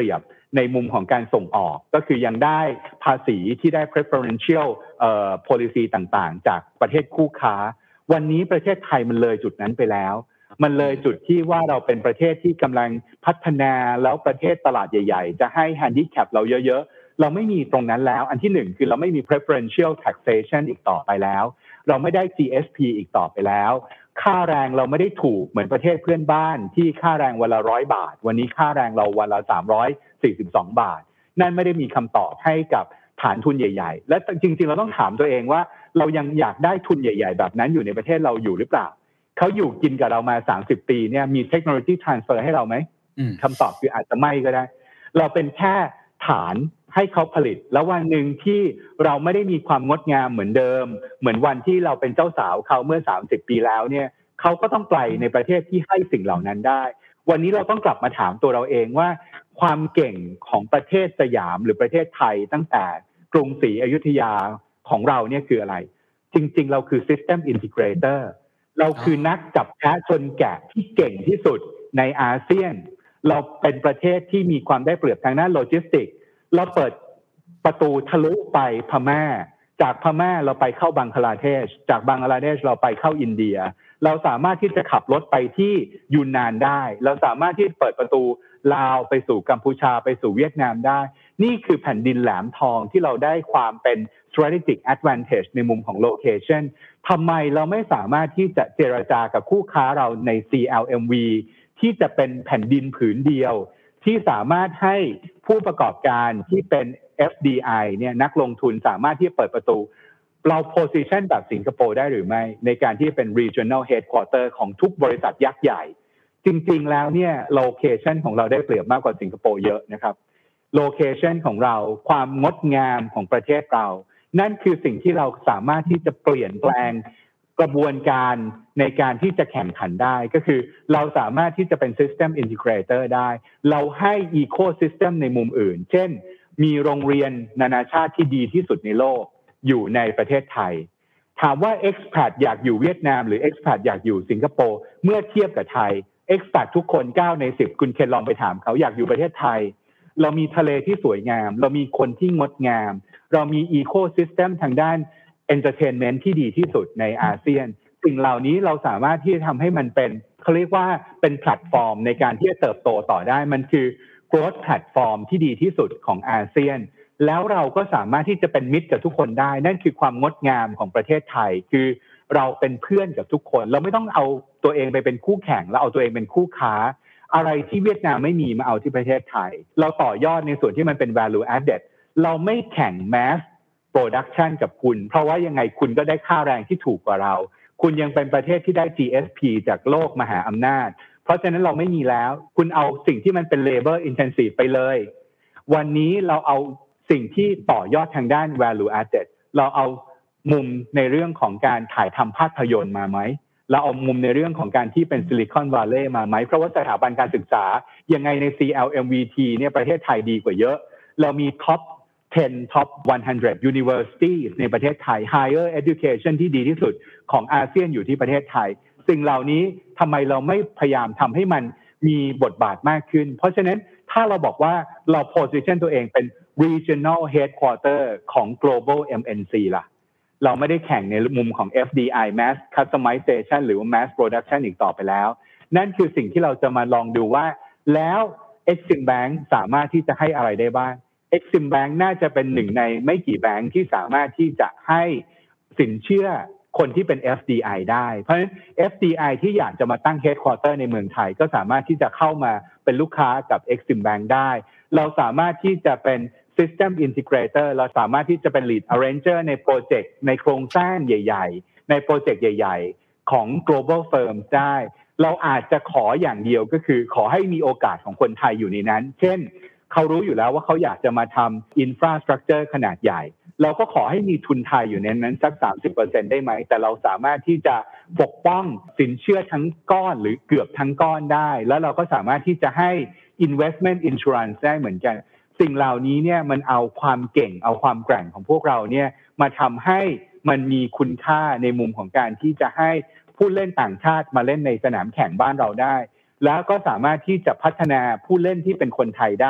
ในมุมของการส่งออกก็คือยังได้ภาษีที่ได้ preferential เอ่อ policy ต่างๆจากประเทศคู่ค้าวันนี้ประเทศไทยมันเลยจุดนั้นไปแล้วมันเลยจุดที่ว่าเราเป็นประเทศที่กำลังพัฒนาแล้วประเทศตลาดใหญ่ๆจะให้ handicap เราเยอะๆเราไม่มีตรงนั้นแล้วอันที่หนึ่งคือเราไม่มี preferential taxation อีกต่อไปแล้วเราไม่ได้ จี เอส พี อีกต่อไปแล้วค่าแรงเราไม่ได้ถูกเหมือนประเทศเพื่อนบ้านที่ค่าแรงวันละร้อยบาทวันนี้ค่าแรงเราวันละสามร้อยสี่สิบสองบาทนั่นไม่ได้มีคำตอบให้กับฐานทุนใหญ่ๆและจริงๆเราต้องถามตัวเองว่าเรายังอยากได้ทุนใหญ่ๆแบบนั้นอยู่ในประเทศเราอยู่หรือเปล่าเขาอยู่กินกับเรามาสามสิบปีเนี่ยมีเทคโนโลยีทรานสเฟอร์ให้เราไหมคำตอบคืออาจจะไม่ก็ได้เราเป็นแค่ฐานให้เขาผลิตแล้ววันหนึ่งที่เราไม่ได้มีความงดงามเหมือนเดิมเหมือนวันที่เราเป็นเจ้าสาวเขาเมื่อสามสิบปีแล้วเนี่ยเขาก็ต้องไปในประเทศที่ให้สิ่งเหล่านั้นได้วันนี้เราต้องกลับมาถามตัวเราเองว่าความเก่งของประเทศสยามหรือประเทศไทยตั้งแต่กรุงศรีอยุธยาของเราเนี่ยคืออะไรจริงๆเราคือ System Integrator เราคือนักจับแพะชนแกะที่เก่งที่สุดในอาเซียนเราเป็นประเทศที่มีความได้เปรียบทางด้านโลจิสติกส์เราเปิดประตูทะลุไปพม่าจากพม่าเราไปเข้าบังคลาเทศจากบังคลาเทศเราไปเข้าอินเดียเราสามารถที่จะขับรถไปที่ยูนนานได้เราสามารถที่จะเปิดประตูลาวไปสู่กัมพูชาไปสู่เวียดนามได้นี่คือแผ่นดินแหลมทองที่เราได้ความเป็น strategic advantage ในมุมของ location ทำไมเราไม่สามารถที่จะเจรจากับคู่ค้าเราใน ซี แอล เอ็ม วี ที่จะเป็นแผ่นดินผืนเดียวที่สามารถให้ผู้ประกอบการที่เป็น เอฟ ดี ไอ เนี่ยนักลงทุนสามารถที่จะเปิดประตูเรา position แบบสิงคโปร์ได้หรือไม่ในการที่เป็น regional headquarter ของทุกบริษัทยักษ์ใหญ่จริงๆแล้วเนี่ย location ของเราได้เปรียบมากกว่าสิงคโปร์เยอะนะครับ location ของเราความงดงามของประเทศเรานั่นคือสิ่งที่เราสามารถที่จะเปลี่ยนแปลงกระบวนการในการที่จะแข่งขันได้ก็คือเราสามารถที่จะเป็น system integrator ได้เราให้ ecosystem ในมุมอื่นเช่นมีโรงเรียนนานาชาติที่ดีที่สุดในโลกอยู่ในประเทศไทยถามว่า expat อยากอยู่เวียดนามหรือ expat อยากอยู่สิงคโปร์เมื่อเทียบกับไทย expat ทุกคนเก้าในสิบคุณเคนลองไปถามเขาอยากอยู่ประเทศไทยเรามีทะเลที่สวยงามเรามีคนที่งดงามเรามี ecosystem ทางด้าน entertainment ที่ดีที่สุดในอาเซียนสิ่งเหล่านี้เราสามารถที่จะทำให้มันเป็นเขาเรียกว่าเป็นแพลตฟอร์มในการที่จะเติบโตต่อได้มันคือ growth platform ที่ดีที่สุดของอาเซียนแล้วเราก็สามารถที่จะเป็นมิตรกับทุกคนได้นั่นคือความงดงามของประเทศไทยคือเราเป็นเพื่อนกับทุกคนเราไม่ต้องเอาตัวเองไปเป็นคู่แข่งแล้วเอาตัวเองเป็นคู่ค้าอะไรที่เวียดนามไม่มีมาเอาที่ประเทศไทยเราต่อยอดในส่วนที่มันเป็น value added เราไม่แข่ง mass production กับคุณเพราะว่ายังไงคุณก็ได้ค่าแรงที่ถูกกว่าเราคุณยังเป็นประเทศที่ได้ จี เอส พี จากโลกมหาอำนาจเพราะฉะนั้นเราไม่มีแล้วคุณเอาสิ่งที่มันเป็น labor intensive ไปเลยวันนี้เราเอาสิ่งที่ต่อยอดทางด้าน value added เราเอามุมในเรื่องของการถ่ายทำภาพยนตร์มาไหมเราเอามุมในเรื่องของการที่เป็น Silicon Valley มาไหมเพราะว่าสถาบันการศึกษายังไงใน ซี แอล เอ็ม วี ที เนี่ยประเทศไทยดีกว่าเยอะเรามี top สิบ top หนึ่งร้อย universities ในประเทศไทย higher education ที่ดีที่สุดของอาเซียนอยู่ที่ประเทศไทยสิ่งเหล่านี้ทำไมเราไม่พยายามทำให้มันมีบทบาทมากขึ้นเพราะฉะนั้นถ้าเราบอกว่าเรา position ตัวเองเป็น regional headquarter ของ global เอ็ม เอ็น ซี ล่ะเราไม่ได้แข่งในมุมของ เอฟ ดี ไอ mass customization หรือว่า mass production อีกต่อไปแล้วนั่นคือสิ่งที่เราจะมาลองดูว่าแล้ว Exim Bank สามารถที่จะให้อะไรได้บ้าง Exim Bank น่าจะเป็นหนึ่งในไม่กี่แบงค์ที่สามารถที่จะให้สินเชื่อคนที่เป็น เอฟ ดี ไอ ได้เพราะฉะนั้น เอฟ ดี ไอ ที่อยากจะมาตั้ง headquarter ในเมืองไทยก็สามารถที่จะเข้ามาเป็นลูกค้ากับ Exim Bank ได้เราสามารถที่จะเป็น System Integrator เราสามารถที่จะเป็น Lead Arranger ในโปรเจกต์ในโครงสร้างใหญ่ๆในโปรเจกต์ใหญ่ๆของ global firms ได้เราอาจจะขออย่างเดียวก็คือขอให้มีโอกาสของคนไทยอยู่ในนั้นเช่นเขารู้อยู่แล้วว่าเขาอยากจะมาทำ infrastructure ขนาดใหญ่เราก็ขอให้มีทุนไทยอยู่ในนั้นสัก สามสิบเปอร์เซ็นต์ ได้ไหมแต่เราสามารถที่จะปกป้องสินเชื่อทั้งก้อนหรือเกือบทั้งก้อนได้แล้วเราก็สามารถที่จะให้ investment insurance ได้เหมือนกันสิ่งเหล่านี้เนี่ยมันเอาความเก่งเอาความแกร่งของพวกเราเนี่ยมาทำให้มันมีคุณค่าในมุมของการที่จะให้ผู้เล่นต่างชาติมาเล่นในสนามแข่งบ้านเราได้แล้วก็สามารถที่จะพัฒนาผู้เล่นที่เป็นคนไทยได้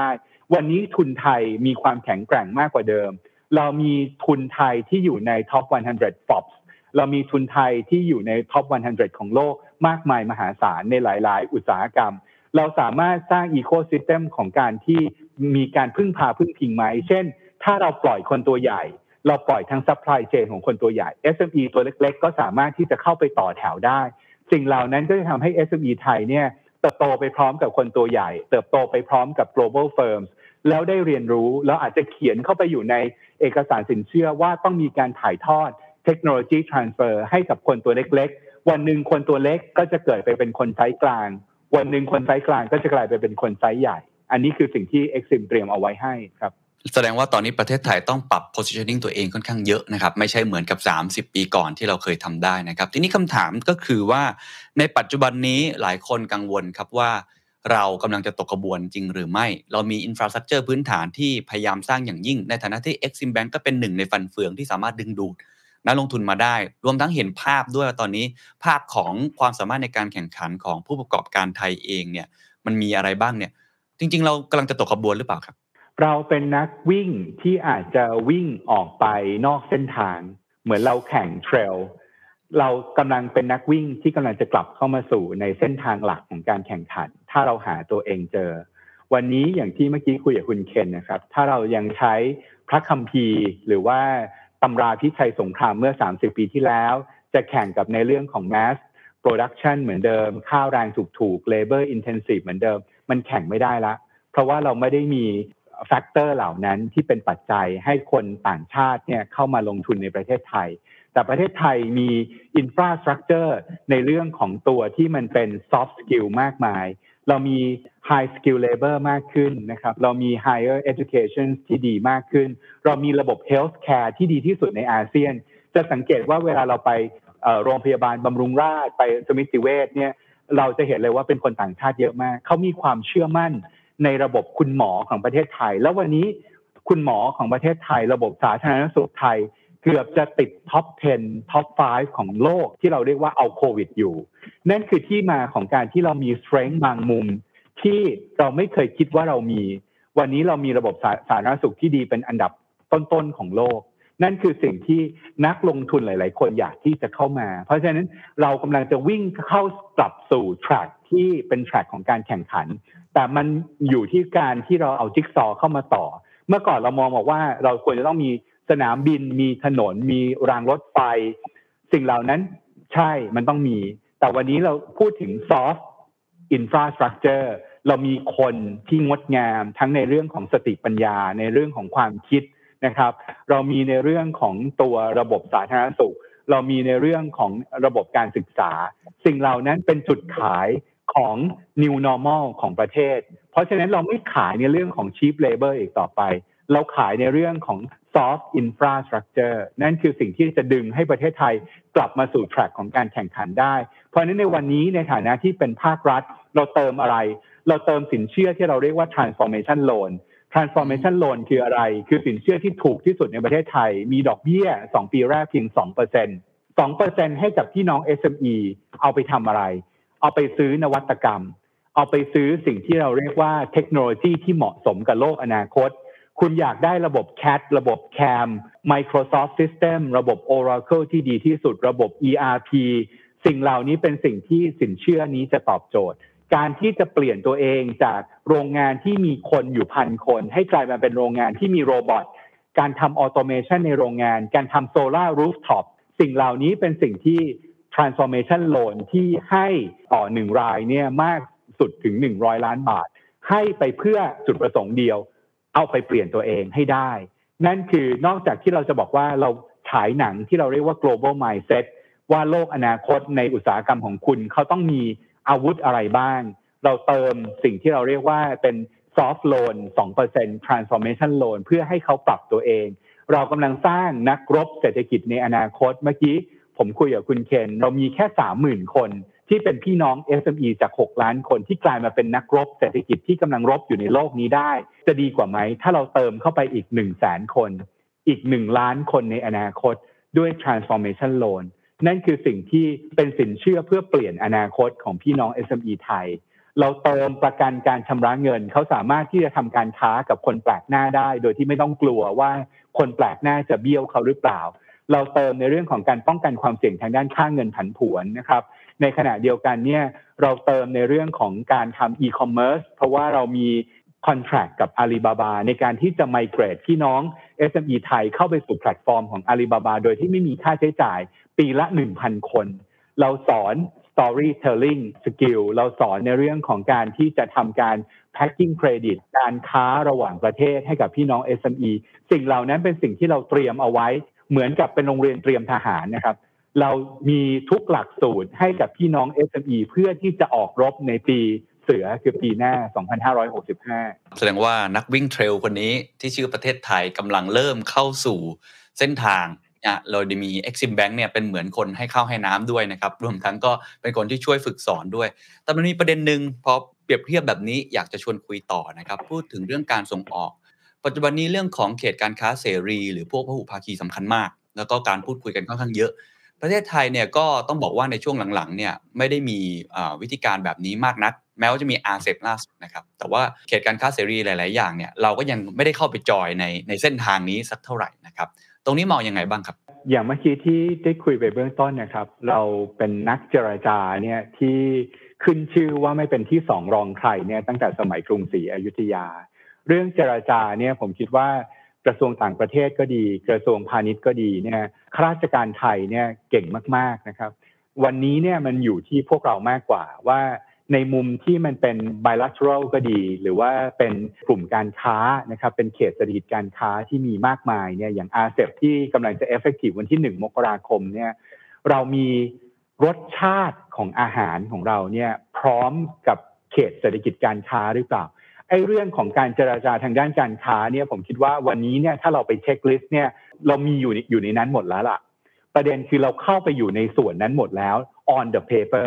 วันนี้ทุนไทยมีความแข็งแกร่งมากกว่าเดิมเรามีทุนไทยที่อยู่ใน ท็อป หนึ่งร้อย Forbes เรามีทุนไทยที่อยู่ใน ท็อป หนึ่งร้อย ของโลกมากมายมหาศาลในหลายๆอุตสาหกรรมเราสามารถสร้างอีโคซิสเต็มของการที่มีการพึ่งพาพึ่งพิงไหมเช่นถ้าเราปล่อยคนตัวใหญ่เราปล่อยทั้งซัพพลายเชนของคนตัวใหญ่ เอส เอ็ม อี ตัวเล็กๆก็สามารถที่จะเข้าไปต่อแถวได้สิ่งเหล่านั้นก็จะทำให้ เอส เอ็ม อี ไทยเนี่ยเติบโตไปพร้อมกับคนตัวใหญ่เติบโตไปพร้อมกับ global firms แล้วได้เรียนรู้แล้วอาจจะเขียนเข้าไปอยู่ในเอกสารสินเชื่อว่าต้องมีการถ่ายทอดเทคโนโลยี transfer ให้กับคนตัวเล็กๆวันหนึ่งคนตัวเล็กก็จะเกิดไปเป็นคนไซส์กลางวันหนึ่งคนไซส์กลางก็จะกลายไปเป็นคนไซส์ใหญ่อันนี้คือสิ่งที่ Exim เตรียมเอาไว้ให้ครับแสดงว่าตอนนี้ประเทศไทยต้องปรับ positioning ตัวเองค่อนข้างเยอะนะครับไม่ใช่เหมือนกับสามสิบปีก่อนที่เราเคยทำได้นะครับทีนี้คำถามก็คือว่าในปัจจุบันนี้หลายคนกังวลครับว่าเรากำลังจะตกขบวนจริงหรือไม่เรามี infrastructure พื้นฐานที่พยายามสร้างอย่างยิ่งในฐานะที่ Exim Bank ก็เป็นหนึ่งในฟันเฟืองที่สามารถดึงดูดนักลงทุนมาได้รวมทั้งเห็นภาพด้วยตอนนี้ภาพของความสามารถในการแข่งขันของผู้ประกอบการไทยเองเนี่ยมันมีอะไรบ้างเนี่ยจริงๆเรากำลังจะตกขบวนหรือเปล่าครับเราเป็นนักวิ่งที่อาจจะวิ่งออกไปนอกเส้นทางเหมือนเราแข่งเทรลเรากำลังเป็นนักวิ่งที่กำลังจะกลับเข้ามาสู่ในเส้นทางหลักของการแข่งขันถ้าเราหาตัวเองเจอวันนี้อย่างที่เมื่อกี้คุยกับคุณเคนนะครับถ้าเรายังใช้พระคัมภีร์หรือว่าตำราพิชัยสงครามเมื่อสามสิบปีที่แล้วจะแข่งกับในเรื่องของ mass production เหมือนเดิมค่าแรงถูกๆ labor intensive เหมือนเดิมมันแข่งไม่ได้ละเพราะว่าเราไม่ได้มีแฟกเตอร์เหล่านั้นที่เป็นปัจจัยให้คนต่างชาติเนี่ยเข้ามาลงทุนในประเทศไทยแต่ประเทศไทยมีอินฟราสตรัคเจอร์ในเรื่องของตัวที่มันเป็นซอฟต์สกิลมากมายเรามี high skill labor มากขึ้นนะครับเรามี higher education ที่ดีมากขึ้นเรามีระบบ health care ที่ดีที่สุดในอาเซียนจะสังเกตว่าเวลาเราไปโรงพยาบาลบำรุงราษฎร์ไปสมิติเวชเนี่ยเราจะเห็นเลยว่าเป็นคนต่างชาติเยอะมากเขามีความเชื่อมั่นในระบบคุณหมอของประเทศไทยแล้ววันนี้คุณหมอของประเทศไทยระบบสาธารณสุขไทยเกือบจะติดท็อปสิบ ท็อปห้าของโลกที่เราเรียกว่าเอาโควิดอยู่นั่นคือที่มาของการที่เรามี strength บางมุมที่เราไม่เคยคิดว่าเรามีวันนี้เรามีระบบสาธารณสุขที่ดีเป็นอันดับต้นๆของโลกนั่นคือสิ่งที่นักลงทุนหลายๆคนอยากที่จะเข้ามาเพราะฉะนั้นเรากำลังจะวิ่งเข้ากลับสู่ track ที่เป็น track ของการแข่งขันแต่มันอยู่ที่การที่เราเอาจิ๊กซอว์เข้ามาต่อเมื่อก่อนเรามองบอกว่าเราควรจะต้องมีสนามบินมีถนนมีรางรถไฟสิ่งเหล่านั้นใช่มันต้องมีแต่วันนี้เราพูดถึง soft infrastructure เรามีคนที่งดงามทั้งในเรื่องของสติปัญญาในเรื่องของความคิดนะครับเรามีในเรื่องของตัวระบบสาธารณสุขเรามีในเรื่องของระบบการศึกษาสิ่งเหล่านั้นเป็นจุดขายของ new normal ของประเทศเพราะฉะนั้นเราไม่ขายในเรื่องของ cheap labor อีกต่อไปเราขายในเรื่องของ soft infrastructure นั่นคือสิ่งที่จะดึงให้ประเทศไทยกลับมาสู่ track ของการแข่งขันได้เพราะฉะนั้นในวันนี้ในฐานะที่เป็นภาครัฐเราเติมอะไรเราเติมสินเชื่อที่เราเรียกว่า transformation loan transformation loan คืออะไรคือสินเชื่อที่ถูกที่สุดในประเทศไทยมีดอกเบี้ยสองปีแรกเพียง สองเปอร์เซ็นต์ สองเปอร์เซ็นต์ ให้กับพี่น้อง เอส เอ็ม อี เอาไปทำอะไรเอาไปซื้อนวัตกรรมเอาไปซื้อสิ่งที่เราเรียกว่าเทคโนโลยีที่เหมาะสมกับโลกอนาคตคุณอยากได้ระบบ แคท ระบบ แคม Microsoft System ระบบ Oracle ที่ดีที่สุดระบบ อี อาร์ พี สิ่งเหล่านี้เป็นสิ่งที่สินเชื่อนี้จะตอบโจทย์การที่จะเปลี่ยนตัวเองจากโรงงานที่มีคนอยู่พันคนให้กลายมาเป็นโรงงานที่มีโรบอทการทำออโตเมชันในโรงงานการทำโซล่ารูฟท็อปสิ่งเหล่านี้เป็นสิ่งที่ transformation loan ที่ให้ต่อหนึ่งรายเนี่ยมากสุดถึงหนึ่งร้อยล้านบาทให้ไปเพื่อจุดประสงค์เดียวเอาไปเปลี่ยนตัวเองให้ได้นั่นคือนอกจากที่เราจะบอกว่าเราฉายหนังที่เราเรียกว่า global mindset ว่าโลกอนาคตในอุตสาหกรรมของคุณเขาต้องมีอาวุธอะไรบ้างเราเติมสิ่งที่เราเรียกว่าเป็น soft loan สองเปอร์เซ็นต์ transformation loan เพื่อให้เขาปรับตัวเองเรากำลังสร้างนักรบเศรษฐกิจในอนาคตเมื่อกี้ผมคุยกับคุณเคนเรามีแค่ สามหมื่น คนที่เป็นพี่น้อง เอส เอ็ม อี จากหกล้านคนที่กลายมาเป็นนักรบเศรษฐกิจที่กำลังรบอยู่ในโลกนี้ได้จะดีกว่าไหมถ้าเราเติมเข้าไปอีก หนึ่งแสน คนอีกหนึ่งล้านคนในอนาคตด้วย transformation loan นั่นคือสิ่งที่เป็นสินเชื่อเพื่อเปลี่ยนอนาคตของพี่น้อง เอส เอ็ม อี ไทยเราเติมประกันการชำระเงินเขาสามารถที่จะทำการค้ากับคนแปลกหน้าได้โดยที่ไม่ต้องกลัวว่าคนแปลกหน้าจะเบี้ยวเขาหรือเปล่าเราเติมในเรื่องของการป้องกันความเสี่ยงทางด้านค่าเงินผันผวนนะครับในขณะเดียวกันเนี่ยเราเติมในเรื่องของการทำอีคอมเมิร์ซเพราะว่าเรามีคอนแทรคกับ Alibaba ในการที่จะไมเกรดพี่น้อง เอส เอ็ม อี ไทยเข้าไปสู่แพลตฟอร์มของ Alibaba โดยที่ไม่มีค่าใช้จ่ายปีละ หนึ่งพัน คนเราสอน storytelling skill เราสอนในเรื่องของการที่จะทำการ packing credit การค้าระหว่างประเทศให้กับพี่น้อง เอส เอ็ม อี สิ่งเหล่านั้นเป็นสิ่งที่เราเตรียมเอาไว้เหมือนกับเป็นโรงเรียนเตรียมทหารนะครับเรามีทุกหลักสูตรให้กับพี่น้อง เอส เอ็ม อี เพื่อที่จะออกรบในปีเสือคือปีหน้าสองพันห้าร้อยหกสิบห้าแสดงว่านักวิ่งเทรลคนนี้ที่ชื่อประเทศไทยกำลังเริ่มเข้าสู่เส้นทางอ่ะเราได้มี Exim Bank เนี่ยเป็นเหมือนคนให้ข้าวให้น้ำด้วยนะครับรวมทั้งก็เป็นคนที่ช่วยฝึกสอนด้วยแต่มันมีประเด็นหนึ่งพอเปรียบเทียบแบบนี้อยากจะชวนคุยต่อนะครับพูดถึงเรื่องการส่งออกปัจจุบันนี้เรื่องของเขตการค้าเสรีหรือพวกพหุภาคีสำคัญมากแล้วก็การพูดคุยกันค่อนข้างเยอะประเทศไทยเนี่ยก็ต้องบอกว่าในช่วงหลังๆเนี่ยไม่ได้มีวิธีการแบบนี้มากนักแม้ว่าจะมี อาร์ เซ อี พี ล่าสุดนะครับแต่ว่าเขตการค้าเสรีหลายๆอย่างเนี่ยเราก็ยังไม่ได้เข้าไปจอยในในเส้นทางนี้สักเท่าไหร่นะครับตรงนี้มองยังไงบ้างครับอย่างเมื่อกี้ที่ได้คุยไปเบื้องต้นนะครับเราเป็นนักเจรจาเนี่ยที่ขึ้นชื่อว่าไม่เป็นที่สองรองใครเนี่ยตั้งแต่สมัยกรุงศรีอยุธยาเรื่องเจรจาเนี่ยผมคิดว่ากระทรวงต่างประเทศก็ดีกระทรวงพาณิชย์ก็ดีเนี่ยข้าราชการไทยเนี่ยเก่งมากๆนะครับวันนี้เนี่ยมันอยู่ที่พวกเรามากกว่าว่าในมุมที่มันเป็น bilateral ก็ดีหรือว่าเป็นกลุ่มการค้านะครับเป็นเขตเศรษฐกิจการค้าที่มีมากมายเนี่ยอย่าง อาร์ เซ อี พี ที่กำลังจะ effective วันที่หนึ่งมกราคมเนี่ยเรามีรสชาติของอาหารของเราเนี่ยพร้อมกับเขตเศรษฐกิจการค้าหรือเปล่าไอ้เรื่องของการเจรจาทางด้านการค้าเนี่ยผมคิดว่าวันนี้เนี่ยถ้าเราไปเช็คลิสต์เนี่ยเรามีอยู่อยู่ในนั้นหมดแล้วล่ะประเด็นคือเราเข้าไปอยู่ในส่วนนั้นหมดแล้ว on the paper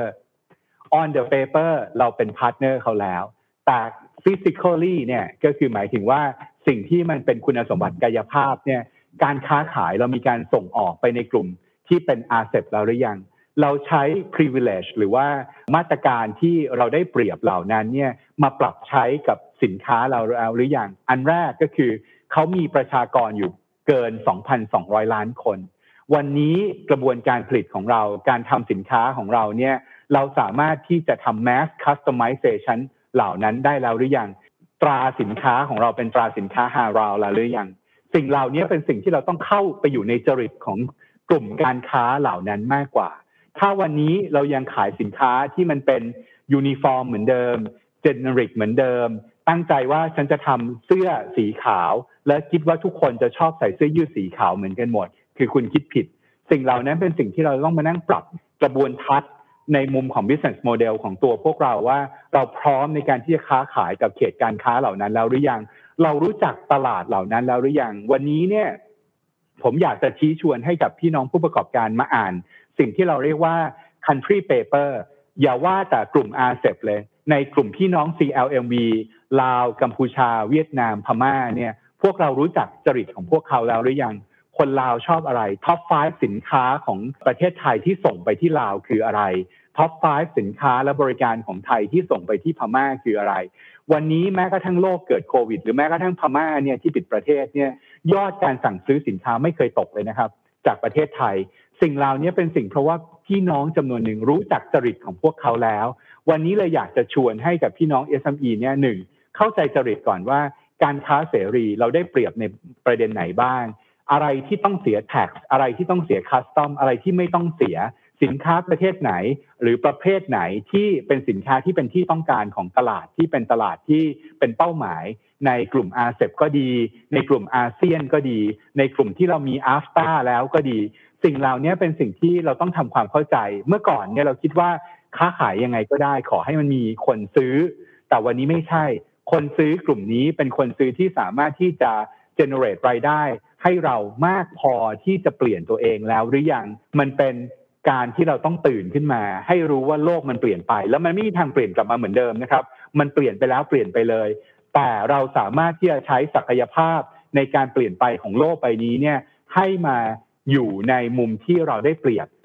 on the paper เราเป็นพาร์ทเนอร์เขาแล้วแต่ physically เนี่ยก็คือหมายถึงว่าสิ่งที่มันเป็นคุณสมบัติกายภาพเนี่ยการค้าขายเรามีการส่งออกไปในกลุ่มที่เป็น อาร์ เซ อี พี แล้วหรือยังเราใช้ privilege หรือว่ามาตรการที่เราได้เปรียบเหล่านั้นเนี่ยมาปรับใช้กับสินค้าเราแล้วหรือยังอันแรกก็คือเขามีประชากรอยู่เกิน สองพันสองร้อย ล้านคนวันนี้กระบวนการผลิตของเราการทำสินค้าของเราเนี่ยเราสามารถที่จะทำ mass customization เหล่านั้นได้แล้วหรือยังตราสินค้าของเราเป็นตราสินค้าฮาลาลแล้วหรือยังสิ่งเหล่านี้เป็นสิ่งที่เราต้องเข้าไปอยู่ในจริตของกลุ่มการค้าเหล่านั้นมากกว่าถ้าวันนี้เรายังขายสินค้าที่มันเป็นยูนิฟอร์มเหมือนเดิมเจเนริกเหมือนเดิมตั้งใจว่าฉันจะทำเสื้อสีขาวและคิดว่าทุกคนจะชอบใส่เสื้อยืดสีขาวเหมือนกันหมดคือคุณคิดผิดสิ่งเหล่านั้นเป็นสิ่งที่เราต้องมานั่งปรับกระบวนทัศน์ในมุมของ business model ของตัวพวกเราว่าเราพร้อมในการที่จะค้าขายกับเขตการค้าเหล่านั้นแล้วหรือยังเรารู้จักตลาดเหล่านั้นแล้วหรือยังวันนี้เนี่ยผมอยากจะชี้ชวนให้กับพี่น้องผู้ประกอบการมาอ่านสิ่งที่เราเรียกว่า country paper อย่าว่าแต่กลุ่ม อาร์ เซ อี พี เลยในกลุ่มพี่น้อง ซี แอล เอ็ม วี ลาวกัมพูชาเวียดนามพม่าเนี่ยพวกเรารู้จักจริตของพวกเขาแล้วหรือยังคนลาวชอบอะไรท็อปห้าสินค้าของประเทศไทยที่ส่งไปที่ลาวคืออะไรท็อปห้าสินค้าและบริการของไทยที่ส่งไปที่พม่าคืออะไรวันนี้แม้กระทั่งโลกเกิดโควิดหรือแม้กระทั่งพม่าเนี่ยที่ปิดประเทศเนี่ยยอดการสั่งซื้อสินค้าไม่เคยตกเลยนะครับจากประเทศไทยสิ่งเหล่านี้เป็นสิ่งเพราะว่าพี่น้องจำนวนหนึ่งรู้จักจริตของพวกเขาแล้ววันนี้เลยอยากจะชวนให้กับพี่น้อง เอส เอ็ม อี เนี่ยหนึ่งเข้าใจจริตก่อนว่าการค้าเสรีเราได้เปรียบในประเด็นไหนบ้างอะไรที่ต้องเสีย tax อะไรที่ต้องเสีย custom อะไรที่ไม่ต้องเสียสินค้าประเทศไหนหรือประเภทไหนที่เป็นสินค้าที่เป็นที่ต้องการของตลาดที่เป็นตลาดที่เป็นเป้าหมายในกลุ่ม อาร์ เซ อี พี ก็ดีในกลุ่มอาเซียนก็ดีในกลุ่มที่เรามี อาฟตา แล้วก็ดีสิ่งเหล่านี้เป็นสิ่งที่เราต้องทำความเข้าใจเมื่อก่อนเนี่ยเราคิดว่าค้าขายยังไงก็ได้ขอให้มันมีคนซื้อแต่วันนี้ไม่ใช่คนซื้อกลุ่มนี้เป็นคนซื้อที่สามารถที่จะ generate รายได้ให้เรามากพอที่จะเปลี่ยนตัวเองแล้วหรือยังมันเป็นการที่เราต้องตื่นขึ้นมาให้รู้ว่าโลกมันเปลี่ยนไปแล้วมันไม่มีทางเปลี่ยนกลับมาเหมือนเดิมนะครับมันเปลี่ยนไปแล้วเปลี่ยนไปเลยแต่เราสามารถที่จะใช้ศักยภาพในการเปลี่ยนไปของโลกใบนี้เนี่ยให้มาอยู่ในมุมที่เราได้เปรียบ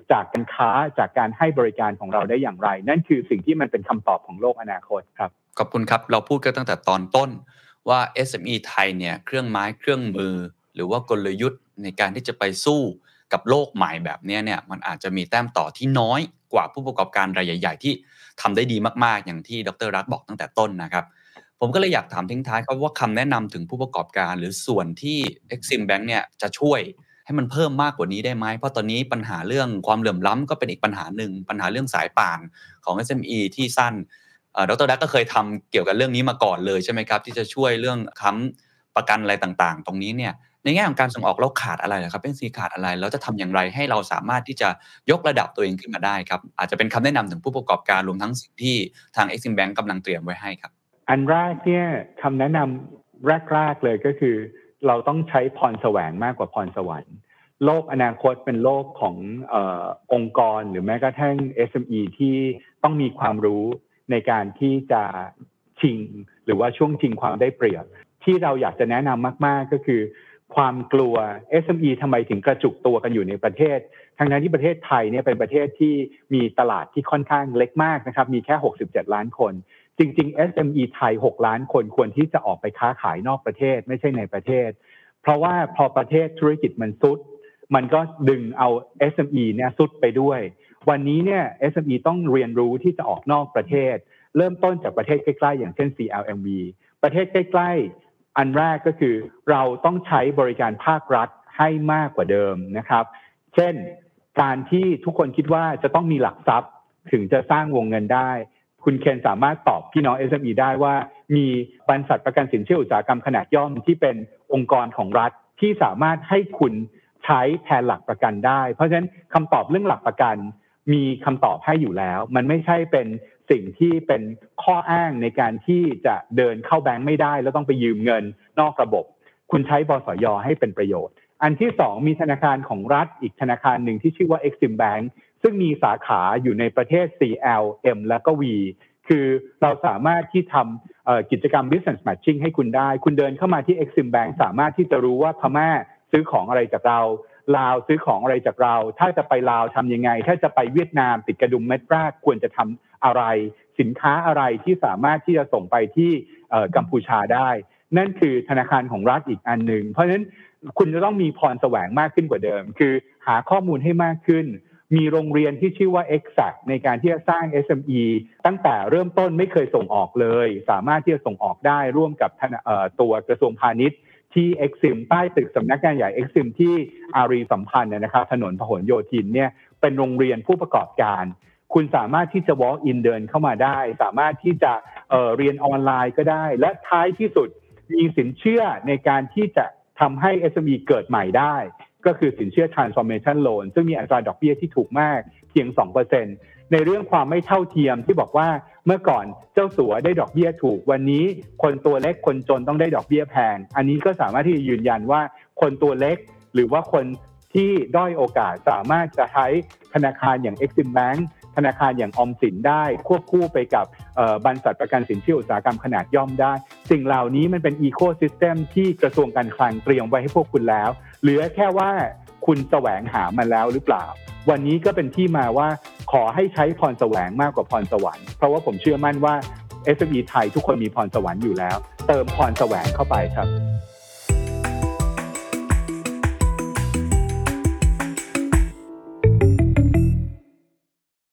จากการค้าจากการให้บริการของเราได้อย่างไรนั่นคือสิ่งที่มันเป็นคำตอบของโลกอนาคตครับขอบคุณครับเราพูดกันตั้งแต่ตอนต้นว่า เอส เอ็ม อี ไทยเนี่ยเครื่องไม้เครื่องมือหรือว่ากลยุทธ์ในการที่จะไปสู้กับโลกใหม่แบบนี้เนี่ยมันอาจจะมีแต้มต่อที่น้อยกว่าผู้ประกอบการรายใหญ่ๆที่ทำได้ดีมากๆอย่างที่ดรรัฐบอกตั้งแต่ต้นนะครับผมก็เลยอยากถามทิ้งท้ายครับว่าคำแนะนำถึงผู้ประกอบการหรือส่วนที่ Exim Bank เนี่ยจะช่วยให้มันเพิ่มมากกว่านี้ได้ไหมเพราะตอนนี้ปัญหาเรื่องความเหลื่อมล้ำก็เป็นอีกปัญหาหนึ่งปัญหาเรื่องสายป่านของ เอส เอ็ม อี ที่สั้นดร.ดักก็เคยทำเกี่ยวกับเรื่องนี้มาก่อนเลยใช่ไหมครับที่จะช่วยเรื่องค้ำประกันอะไรต่างๆตรงนี้เนี่ยในแง่ของการส่งออกเราขาดอะไรครับเป็นสีขาดอะไรแล้วจะทำอย่างไรให้เราสามารถที่จะยกระดับตัวเองขึ้นมาได้ครับอาจจะเป็นคำแนะนำถึงผู้ประกอบการรวมทั้งสิ่งที่ทาง Exim Bank กำลังเตรียมไว้ให้ครับอันแรกเนี่ยคำแนะนำแรกๆเลยก็คือเราต้องใช้พรแสวงมากกว่าพรสวรรค์โลกอนาคตเป็นโลกของเอ่อองค์กรหรือแม้กระทั่ง เอส เอ็ม อี ที่ต้องมีความรู้ในการที่จะชิงหรือว่าช่วงชิงความได้เปรียบที่เราอยากจะแนะนำมากๆก็คือความกลัว เอส เอ็ม อี ทำไมถึงกระจุกตัวกันอยู่ในประเทศทั้งนั้นที่ประเทศไทยเนี่ยเป็นประเทศที่มีตลาดที่ค่อนข้างเล็กมากนะครับมีแค่หกสิบเจ็ดล้านคนจริงๆ เอส เอ็ม อี ไทยหกล้านคนควรที่จะออกไปค้าขายนอกประเทศไม่ใช่ในประเทศเพราะว่าพอประเทศธุรกิจมันซุดมันก็ดึงเอา เอส เอ็ม อี เนี่ยซุดไปด้วยวันนี้เนี่ย เอส เอ็ม อี ต้องเรียนรู้ที่จะออกนอกประเทศเริ่มต้นจากประเทศใกล้ๆอย่างเช่น ซี แอล เอ็ม วี ประเทศใกล้ๆอันแรกก็คือเราต้องใช้บริการภาครัฐให้มากกว่าเดิมนะครับเช่นการที่ทุกคนคิดว่าจะต้องมีหลักทรัพย์ถึงจะสร้างวงเงินได้คุณเคนสามารถตอบพี่น้อง เอส เอ็ม อี ได้ว่ามีบริษัทประกันสินเชื่ออุตสาหกรรมขนาดย่อมที่เป็นองค์กรของรัฐที่สามารถให้คุณใช้แทนหลักประกันได้เพราะฉะนั้นคำตอบเรื่องหลักประกันมีคำตอบให้อยู่แล้วมันไม่ใช่เป็นสิ่งที่เป็นข้ออ้างในการที่จะเดินเข้าแบงค์ไม่ได้แล้วต้องไปยืมเงินนอกระบบคุณใช้บสย.ให้เป็นประโยชน์อันที่สองมีธนาคารของรัฐอีกธนาคารหนึ่งที่ชื่อว่า Exim Bank ซึ่งมีสาขาอยู่ในประเทศ ซี แอล M และก็ V คือเราสามารถที่ทำกิจกรรม Business Matching ให้คุณได้คุณเดินเข้ามาที่ Exim Bank สามารถที่จะรู้ว่าพม่าซื้อของอะไรจากเราลาวซื้อของอะไรจากเราถ้าจะไปลาวทำยังไงถ้าจะไปเวียดนามติดกระดุมเม็ดแรกควรจะทำอะไรสินค้าอะไรที่สามารถที่จะส่งไปที่กัมพูชาได้นั่นคือธนาคารของรัฐอีกอันหนึ่งเพราะฉะนั้นคุณจะต้องมีพรแสวงมากขึ้นกว่าเดิมคือหาข้อมูลให้มากขึ้นมีโรงเรียนที่ชื่อว่า Exact ในการที่จะสร้าง เอส เอ็ม อี ตั้งแต่เริ่มต้นไม่เคยส่งออกเลยสามารถที่จะส่งออกได้ร่วมกับตัวกระทรวงพาณิชย์ที่ Exim ใต้ตึกสำนักงานใหญ่ Exim ที่อารีสัมพันธ์นะครับถนนพหลโยธินเนี่ยเป็นโรงเรียนผู้ประกอบการคุณสามารถที่จะ walk in เดินเข้ามาได้สามารถที่จะเอ่อเรียนออนไลน์ก็ได้และท้ายที่สุดมีสินเชื่อในการที่จะทำให้ เอส เอ็ม อี เกิดใหม่ได้ก็คือสินเชื่อ transformation loan ซึ่งมีอัตราดอกเบี้ยที่ถูกมากเพียง สองเปอร์เซ็นต์ ในเรื่องความไม่เท่าเทียมที่บอกว่าเมื่อก่อนเจ้าสัวได้ดอกเบี้ยถูกวันนี้คนตัวเล็กคนจนต้องได้ดอกเบี้ยแพงอันนี้ก็สามารถที่จะยืนยันว่าคนตัวเล็กหรือว่าคนที่ด้อยโอกาสสามารถจะใช้ธนาคารอย่าง Exim Bank ธนาคารอย่างออมสินได้ควบคู่ไปกับบรรษัทประกันสินเชื่ออุตสาหกรรมขนาดย่อมได้สิ่งเหล่านี้มันเป็นอีโคซิสเต็มที่กระทรวงการคลังเตรียมไว้ให้พวกคุณแล้วเหลือแค่ว่าคุณแสวงหามันแล้วหรือเปล่าวันนี้ก็เป็นที่มาว่าขอให้ใช้พรแสวงมากกว่าพรสวรรค์เพราะว่าผมเชื่อมั่นว่า เอส เอ็ม อี ไทยทุกคนมีพรสวรรค์อยู่แล้วเติมพรแสวงเข้าไปครับ